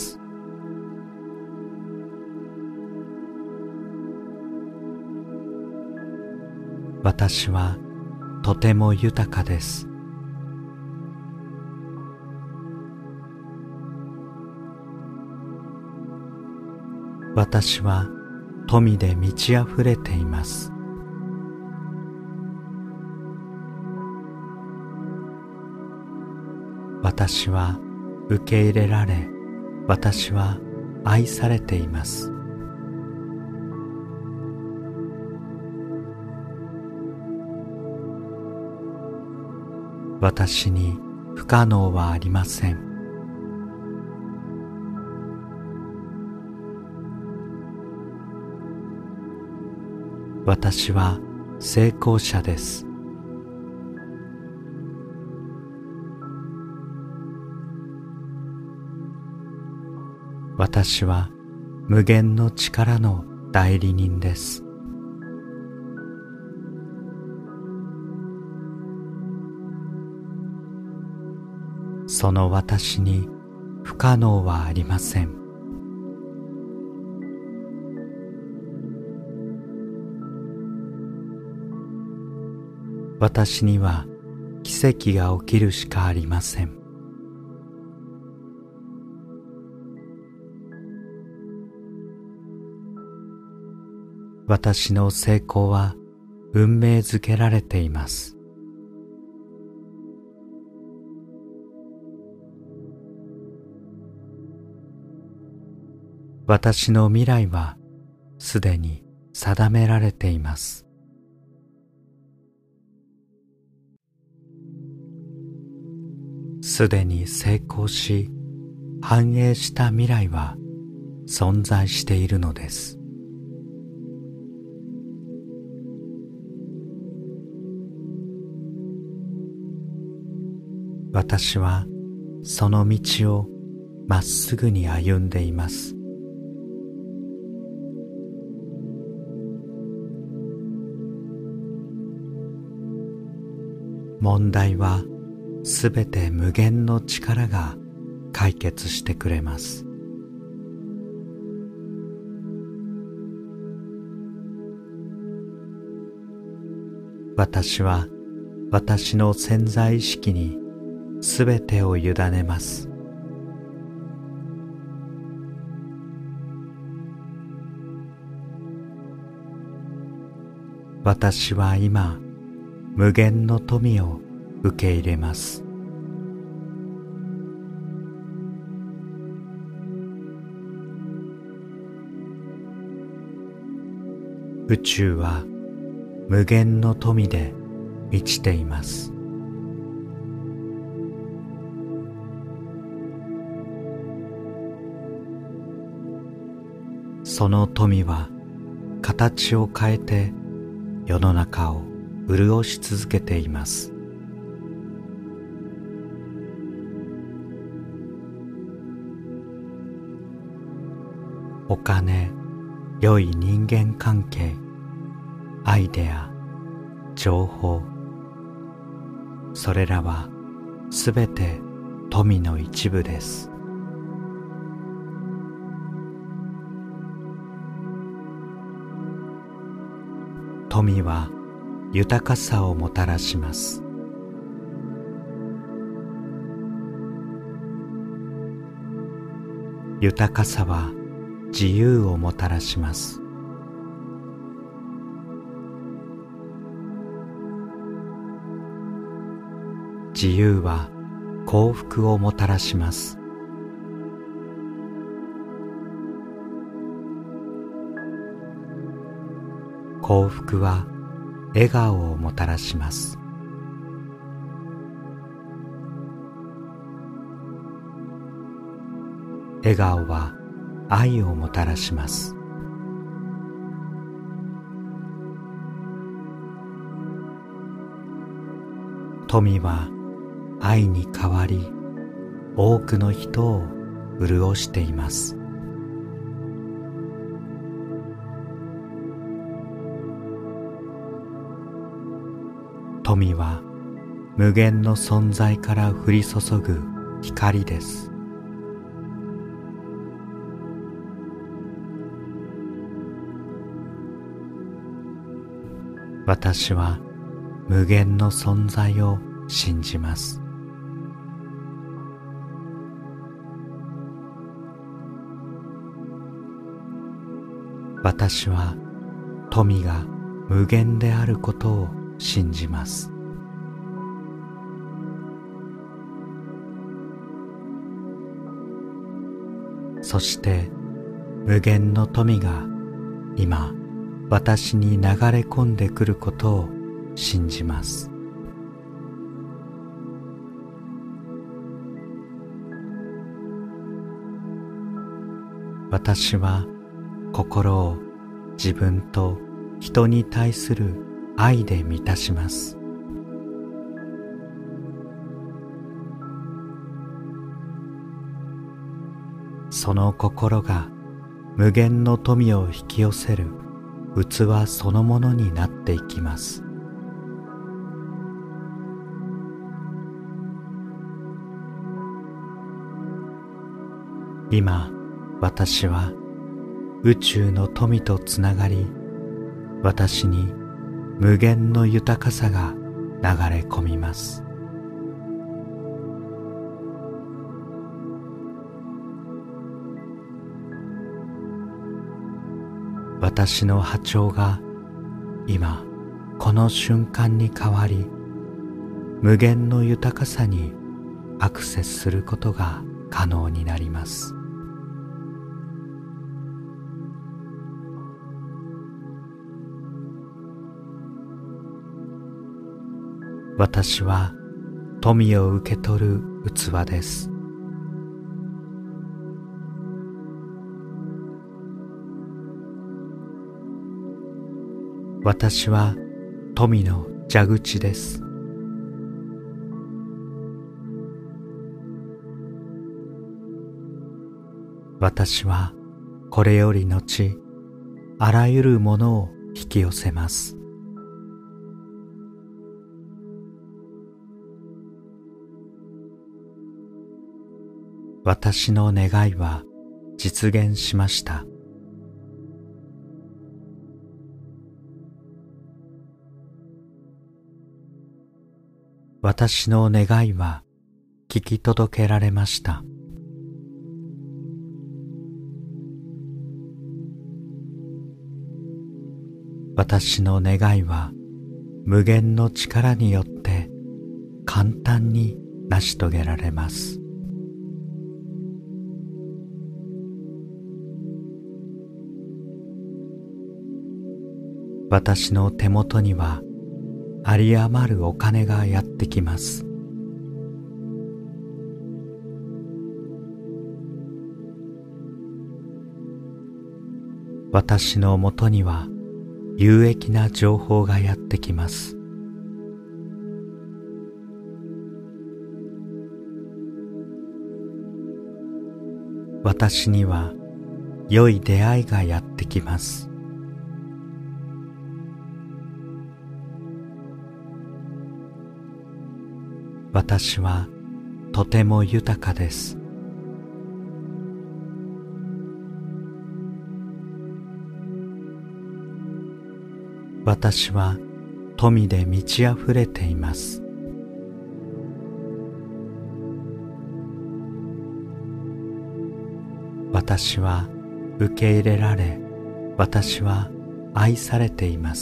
私はとても豊かです。私は富で満ち溢れています。私は受け入れられ、私は愛されています。私に不可能はありません。私は成功者です。私は無限の力の代理人です。その私に不可能はありません。私には奇跡が起きるしかありません。私の成功は運命づけられています。私の未来はすでに定められています。すでに成功し、繁栄した未来は存在しているのです。私はその道をまっすぐに歩んでいます。問題はすべて無限の力が解決してくれます。私は私の潜在意識にすべてを委ねます。 私は今、無限の富を受け入れます。宇宙は無限の富で満ちています。その富は形を変えて世の中を潤し続けています。お金、良い人間関係、アイデア、情報、それらはすべて富の一部です。富は豊かさをもたらします。豊かさは自由をもたらします。自由は幸福をもたらします。幸福は笑顔をもたらします。笑顔は愛をもたらします。富は愛に変わり、多くの人を潤しています。富は無限の存在から降り注ぐ光です。私は無限の存在を信じます。私は富が無限であることを信じます。そして無限の富が今私に流れ込んでくることを信じます。私は心を自分と人に対する愛で満たします。その心が無限の富を引き寄せる器そのものになっていきます。今、私は宇宙の富とつながり、私に無限の豊かさが流れ込みます。私の波長が今この瞬間に変わり、無限の豊かさにアクセスすることが可能になります。私は富を受け取る器です。私は富の蛇口です。私はこれより後、あらゆるものを引き寄せます。私の願いは実現しました。私の願いは聞き届けられました。 私の願いは無限の力によって簡単に成し遂げられます。私の手元には有り余るお金がやってきます。私のもとには有益な情報がやってきます。私には良い出会いがやってきます。私はとても豊かです。私は富で満ち溢れています。私は受け入れられ、私は愛されています。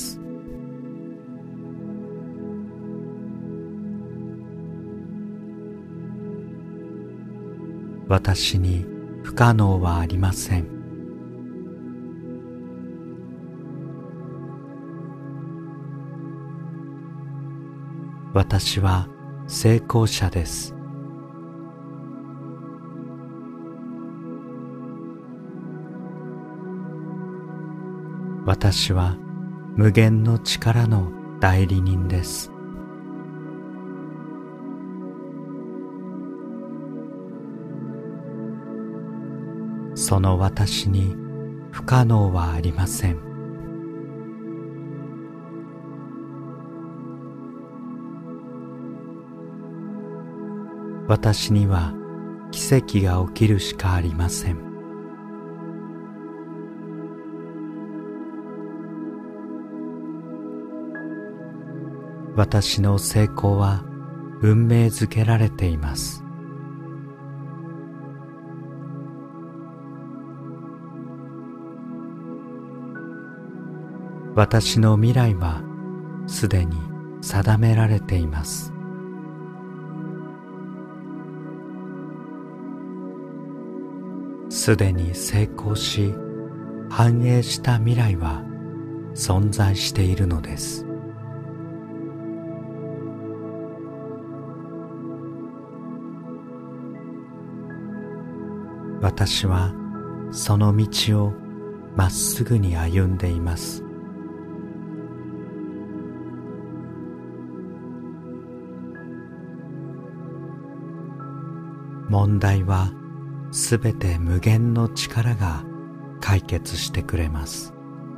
私に不可能はありません。私は成功者です。私は無限の力の代理人です。その私に不可能はありません。私には奇跡が起きるしかありません。私の成功は運命づけられています。私の未来はすでに定められています。すでに成功し繁栄した未来は存在しているのです。私はその道をまっすぐに歩んでいます。問題はすべて無限の力が解決してくれます。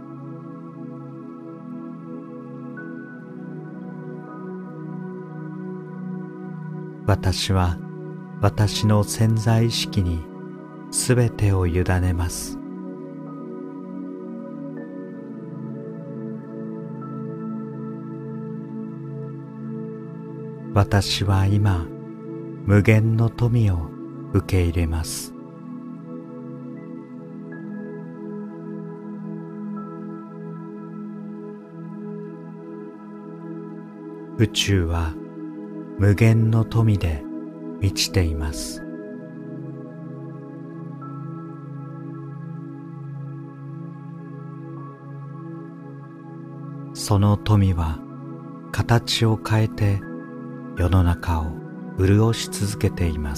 私は私の潜在意識にすべてを委ねます。私は今無限の富を受け入れます。宇宙は無限の富で満ちています。その富は形を変えて世の中を潤し続けています。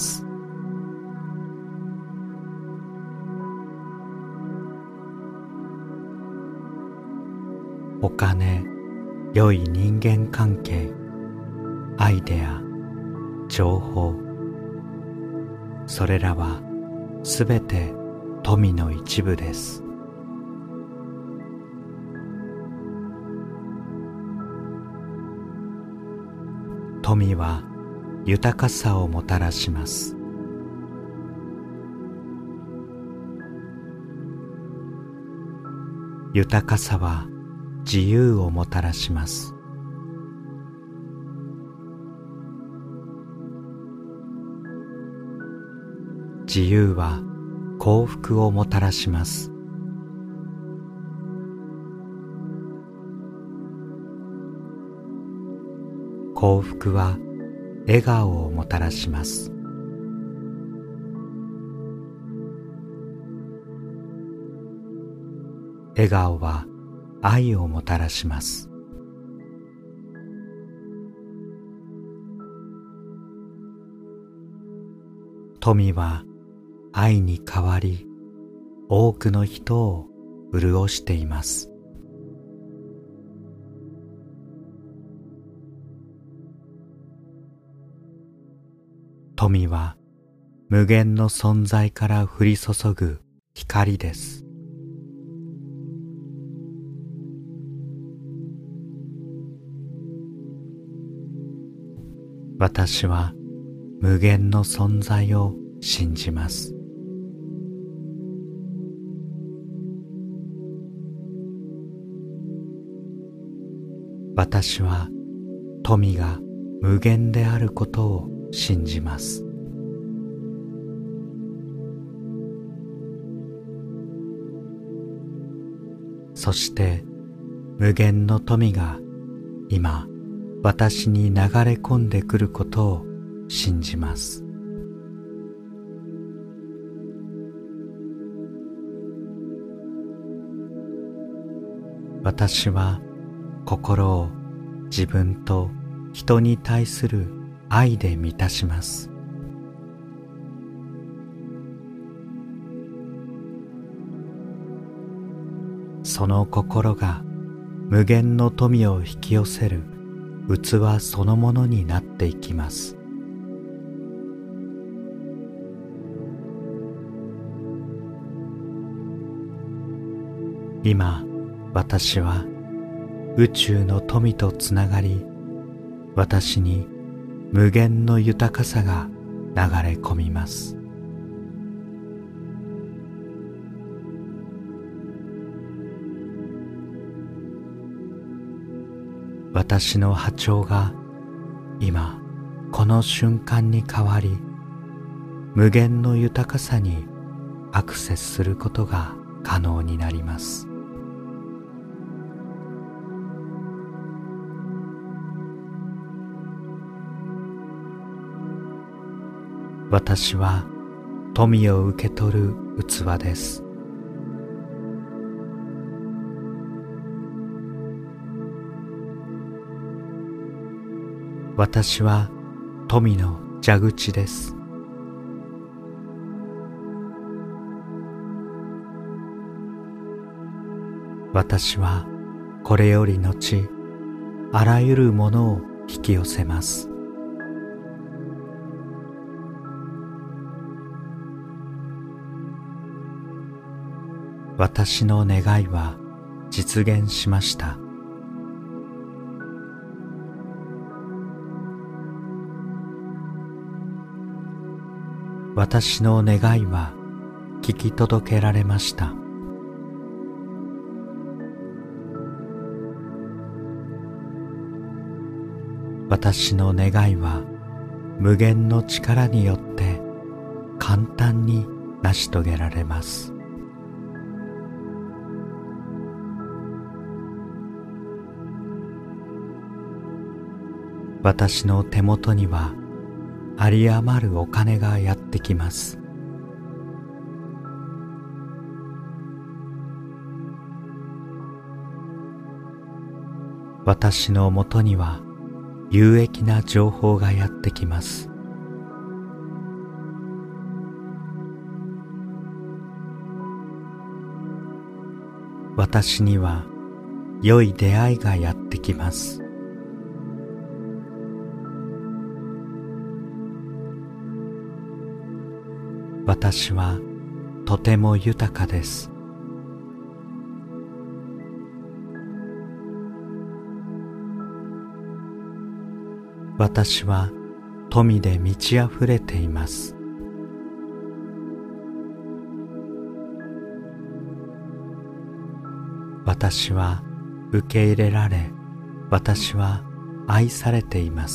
お金、良い人間関係、アイデア、情報、それらはすべて富の一部です。富は豊かさをもたらします。豊かさは自由をもたらします。自由は幸福をもたらします。 幸福は笑顔をもたらします。笑顔は愛をもたらします。富は愛に変わり、多くの人を潤しています。富は無限の存在から降り注ぐ光です。私は無限の存在を信じます。私は富が無限であることを信じます。そして無限の富が今私に流れ込んでくることを信じます。私は心を自分と人に対する愛で満たします。その心が無限の富を引き寄せる器そのものになっていきます。今、私は宇宙の富とつながり、私に無限の豊かさが流れ込みます。私の波長が今この瞬間に変わり、無限の豊かさにアクセスすることが可能になります。私は富を受け取る器です。私は富の蛇口です。私はこれより後、あらゆるものを引き寄せます。私の願いは実現しました。私の願いは聞き届けられました。私の願いは無限の力によって簡単に成し遂げられます。私の手元には有り余るお金がやってきます。私のもとには有益な情報がやってきます。私には良い出会いがやってきます。私はとても豊かです。私は富で満ち溢れています。私は受け入れられ、私は愛されています。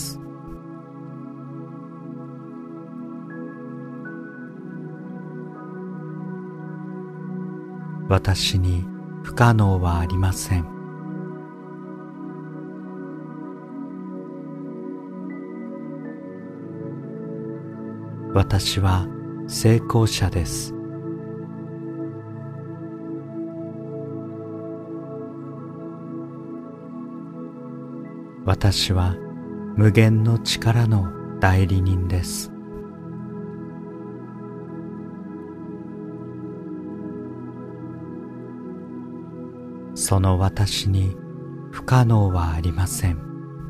私に不可能はありません。 私は成功者です。私は無限の力の代理人です。その私に不可能はありません。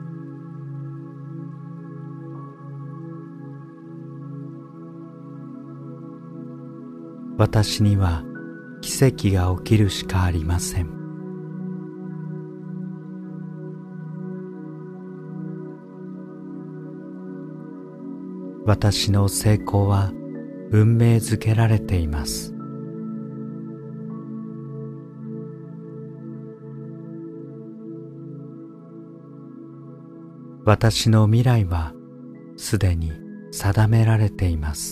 私には奇跡が起きるしかありません。私の成功は運命づけられています。私の未来はすでに定められています。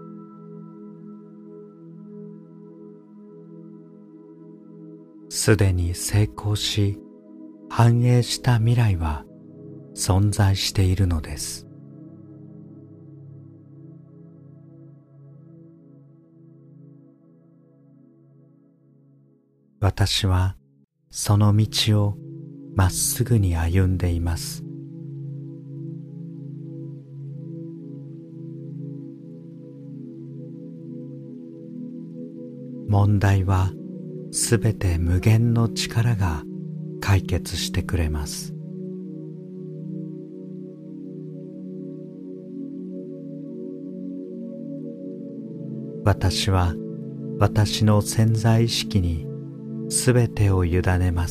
すでに成功し、繁栄した未来は存在しているのです。私はその道をまっすぐに歩んでいます。問題はすべて無限の力が解決してくれます。私は私の潜在意識にすべてを委ねます。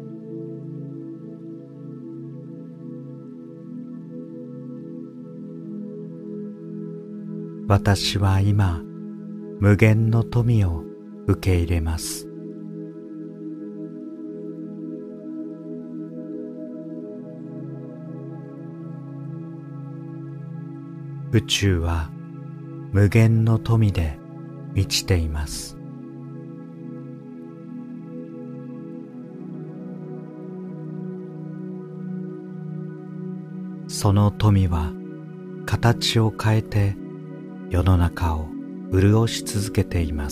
私は今、無限の富を受け入れます。宇宙は無限の富で満ちています。その富は形を変えて世の中を潤し続けています。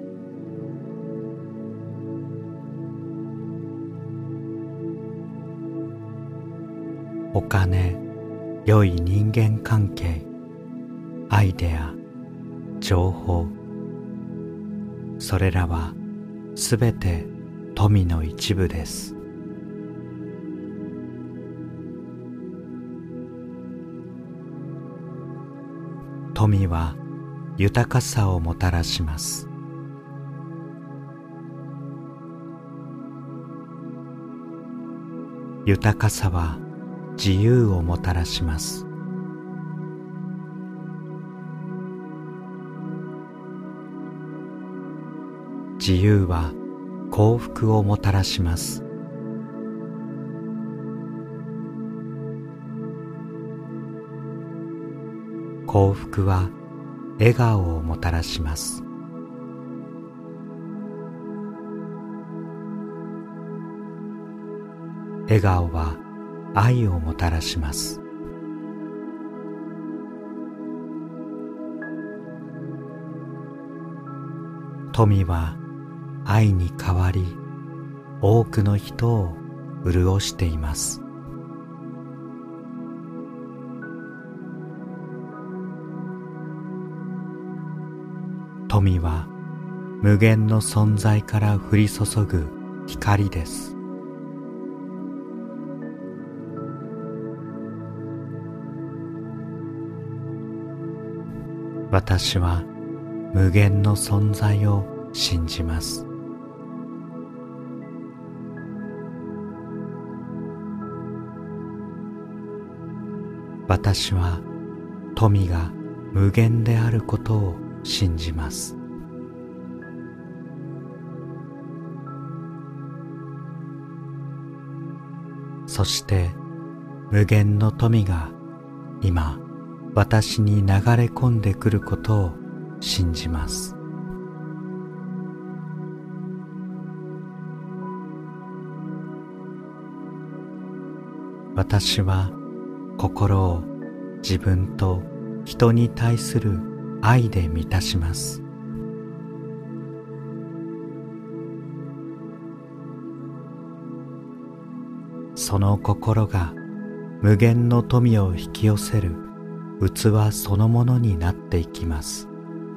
お金、良い人間関係、アイデア、情報、それらはすべて富の一部です。富は豊かさをもたらします。豊かさは自由をもたらします。自由は幸福をもたらします。幸福は笑顔をもたらします。笑顔は愛をもたらします。富は愛に変わり、多くの人を潤しています。富は無限の存在から降り注ぐ光です。私は無限の存在を信じます。私は富が無限であることを信じます。そして無限の富が今私に流れ込んでくることを信じます。私は心を自分と人に対する愛で満たします。その心が無限の富を引き寄せる器そのものになっていきます。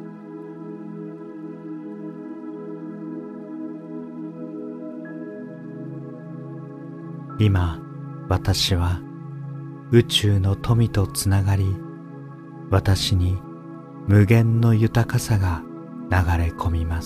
今、私は宇宙の富とつながり、私に無限の豊かさが流れ込みます。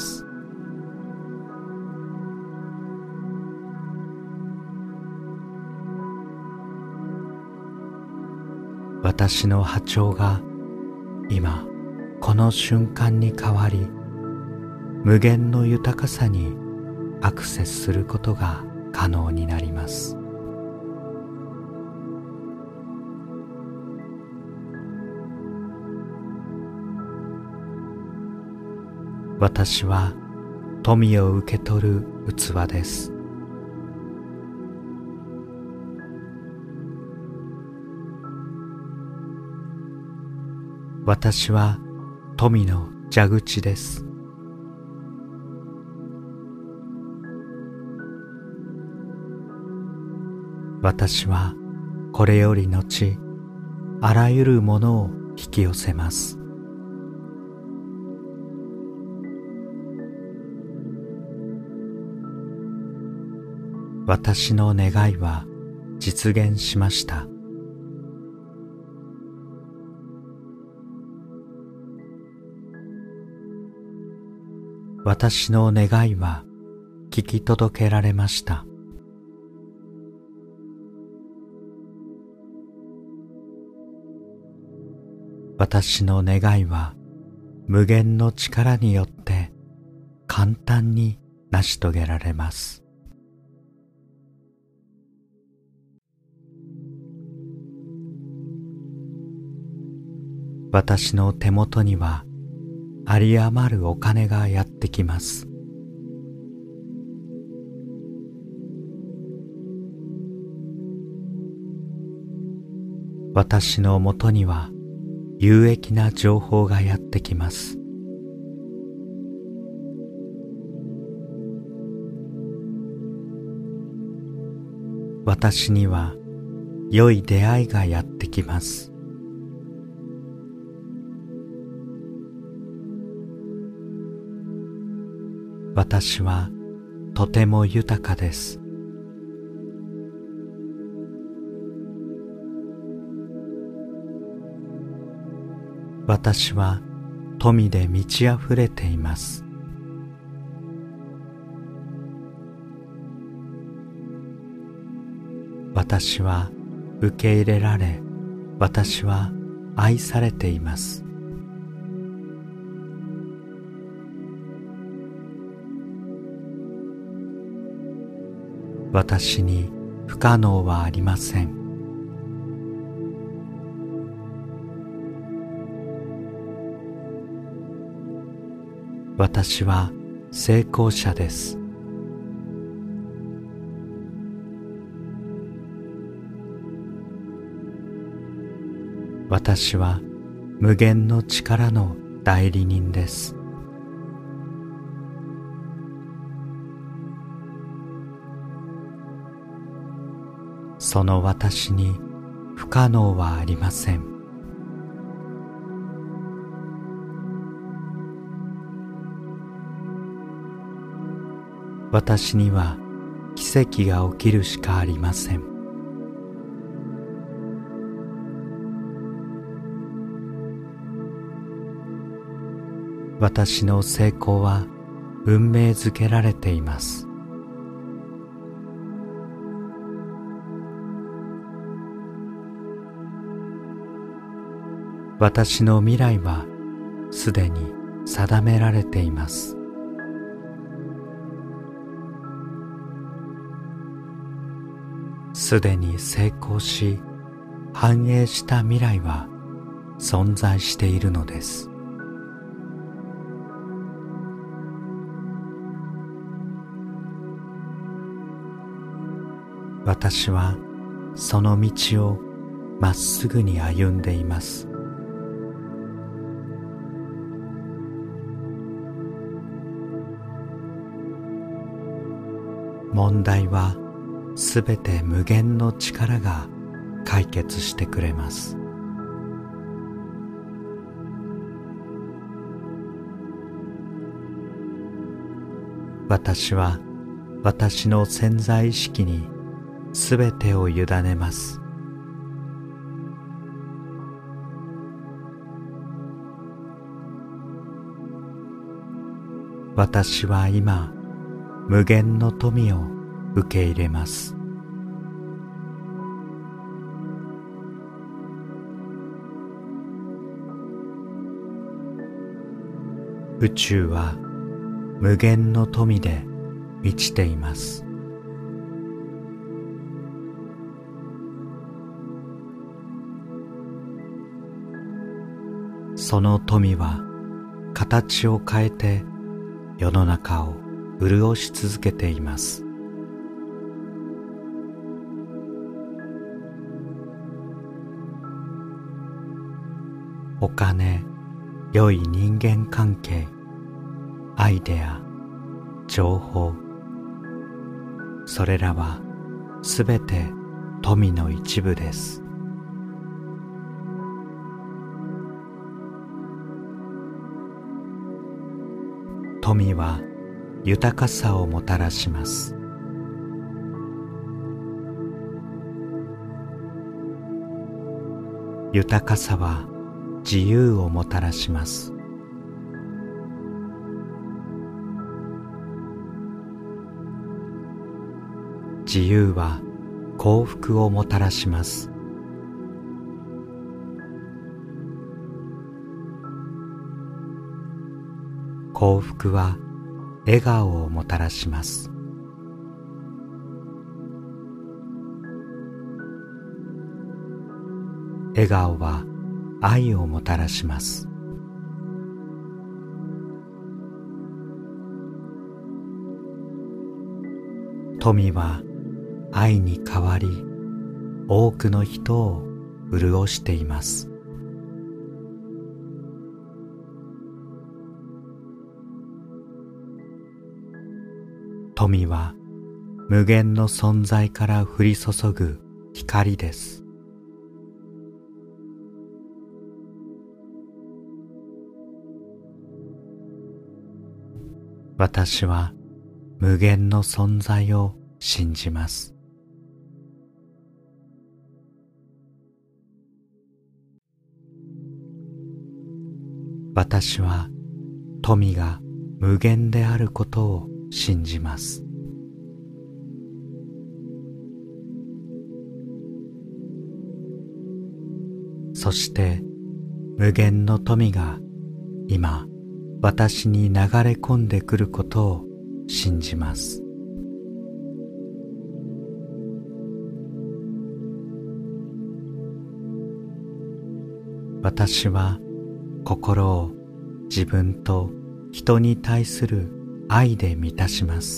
私の波長が今この瞬間に変わり、無限の豊かさにアクセスすることが可能になります。私は富を受け取る器です。私は富の蛇口です。私はこれより後、あらゆるものを引き寄せます。私の願いは実現しました。私の願いは聞き届けられました。私の願いは無限の力によって簡単に成し遂げられます。私の手元には有り余るお金がやってきます。私のもとには有益な情報がやってきます。私には良い出会いがやってきます。私はとても豊かです。私は富で満ち溢れています。私は受け入れられ、私は愛されています。私に不可能はありません。私は成功者です。私は無限の力の代理人です。その私に不可能はありません。私には奇跡が起きるしかありません。私の成功は運命づけられています。私の未来はすでに定められています。すでに成功し、繁栄した未来は存在しているのです。私はその道をまっすぐに歩んでいます。 問題はすべて無限の力が解決してくれます。私は私の潜在意識にすべてを委ねます。私は今、無限の富を受け入れます。宇宙は無限の富で満ちています。その富は形を変えて世の中を潤し続けています。お金、良い人間関係、アイデア、情報、それらはすべて富の一部です。富は豊かさをもたらします。豊かさは自由をもたらします。自由は幸福をもたらします。幸福は笑顔をもたらします。笑顔は愛をもたらします。富は愛に変わり、多くの人を潤しています。富は無限の存在から降り注ぐ光です。私は無限の存在を信じます。私は富が無限であることを信じます。そして無限の富が今私に流れ込んでくることを信じます。私は心を自分と人に対する愛で満たします。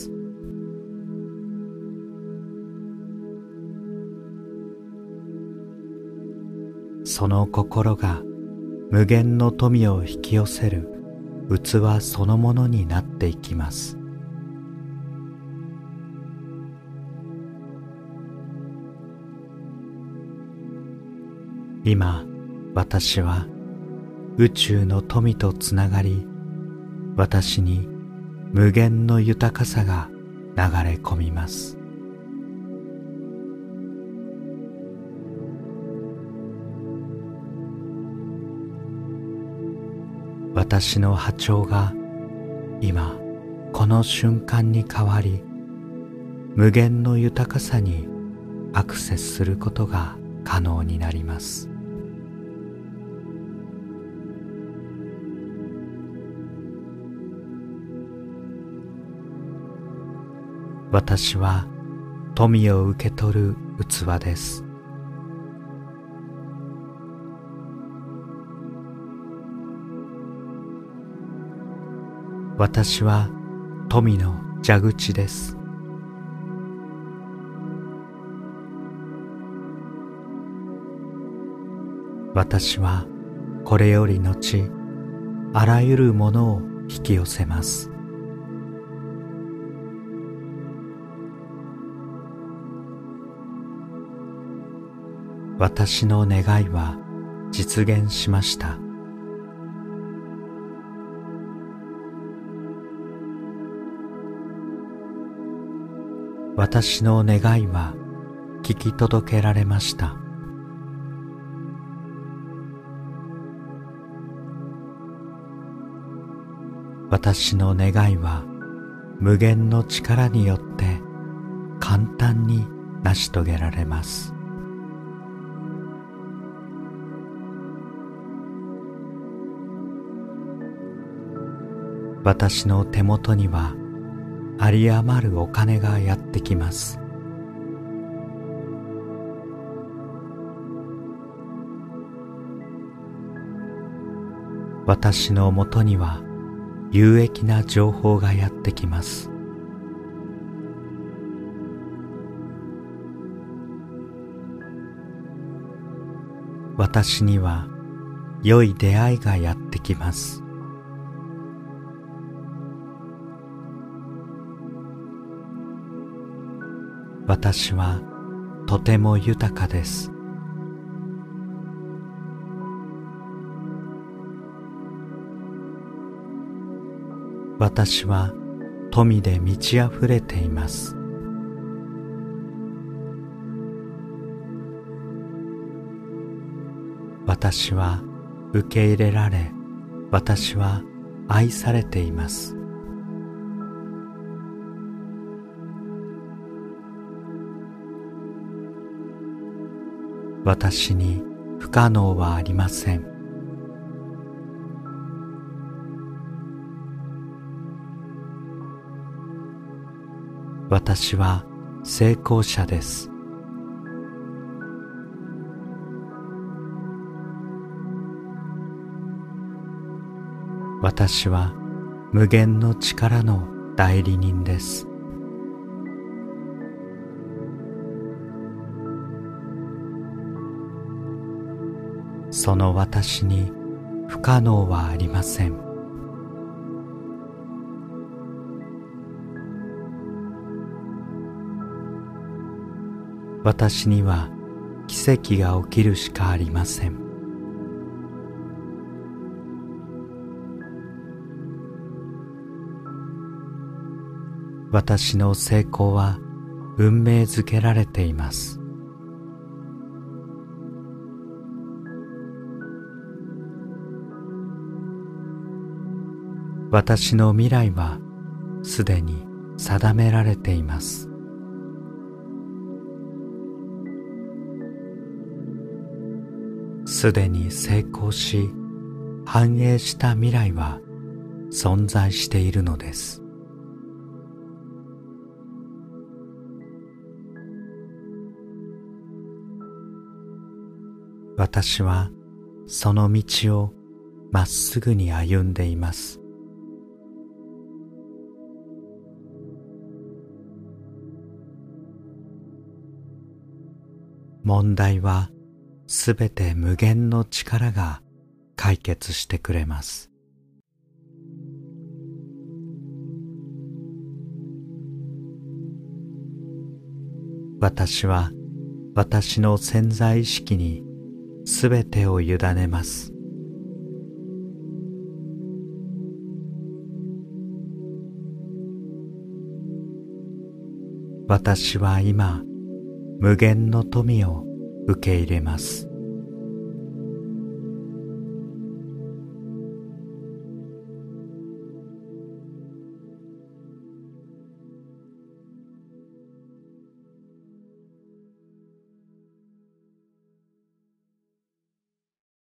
その心が無限の富を引き寄せる器そのものになっていきます。今、私は宇宙の富とつながり、私に無限の豊かさが流れ込みます。私の波長が今この瞬間に変わり、無限の豊かさにアクセスすることが可能になります。私は富を受け取る器です。私は富の蛇口です。私はこれより後、あらゆるものを引き寄せます。 私の願いは実現しました。私の願いは聞き届けられました。私の願いは無限の力によって簡単に成し遂げられます。私の手元には有り余るお金がやってきます。私のもとには有益な情報がやってきます。私には良い出会いがやってきます。私はとても豊かです。私は富で満ち溢れています。私は受け入れられ、私は愛されています。私に不可能はありません。私は成功者です。私は無限の力の代理人です。その私に不可能はありません。私には奇跡が起きるしかありません。私の成功は運命づけられています。私の未来はすでに定められています。すでに成功し、繁栄した未来は存在しているのです。私はその道をまっすぐに歩んでいます。問題はすべて無限の力が解決してくれます。私は私の潜在意識にすべてを委ねます。私は今、無限の富を受け入れます。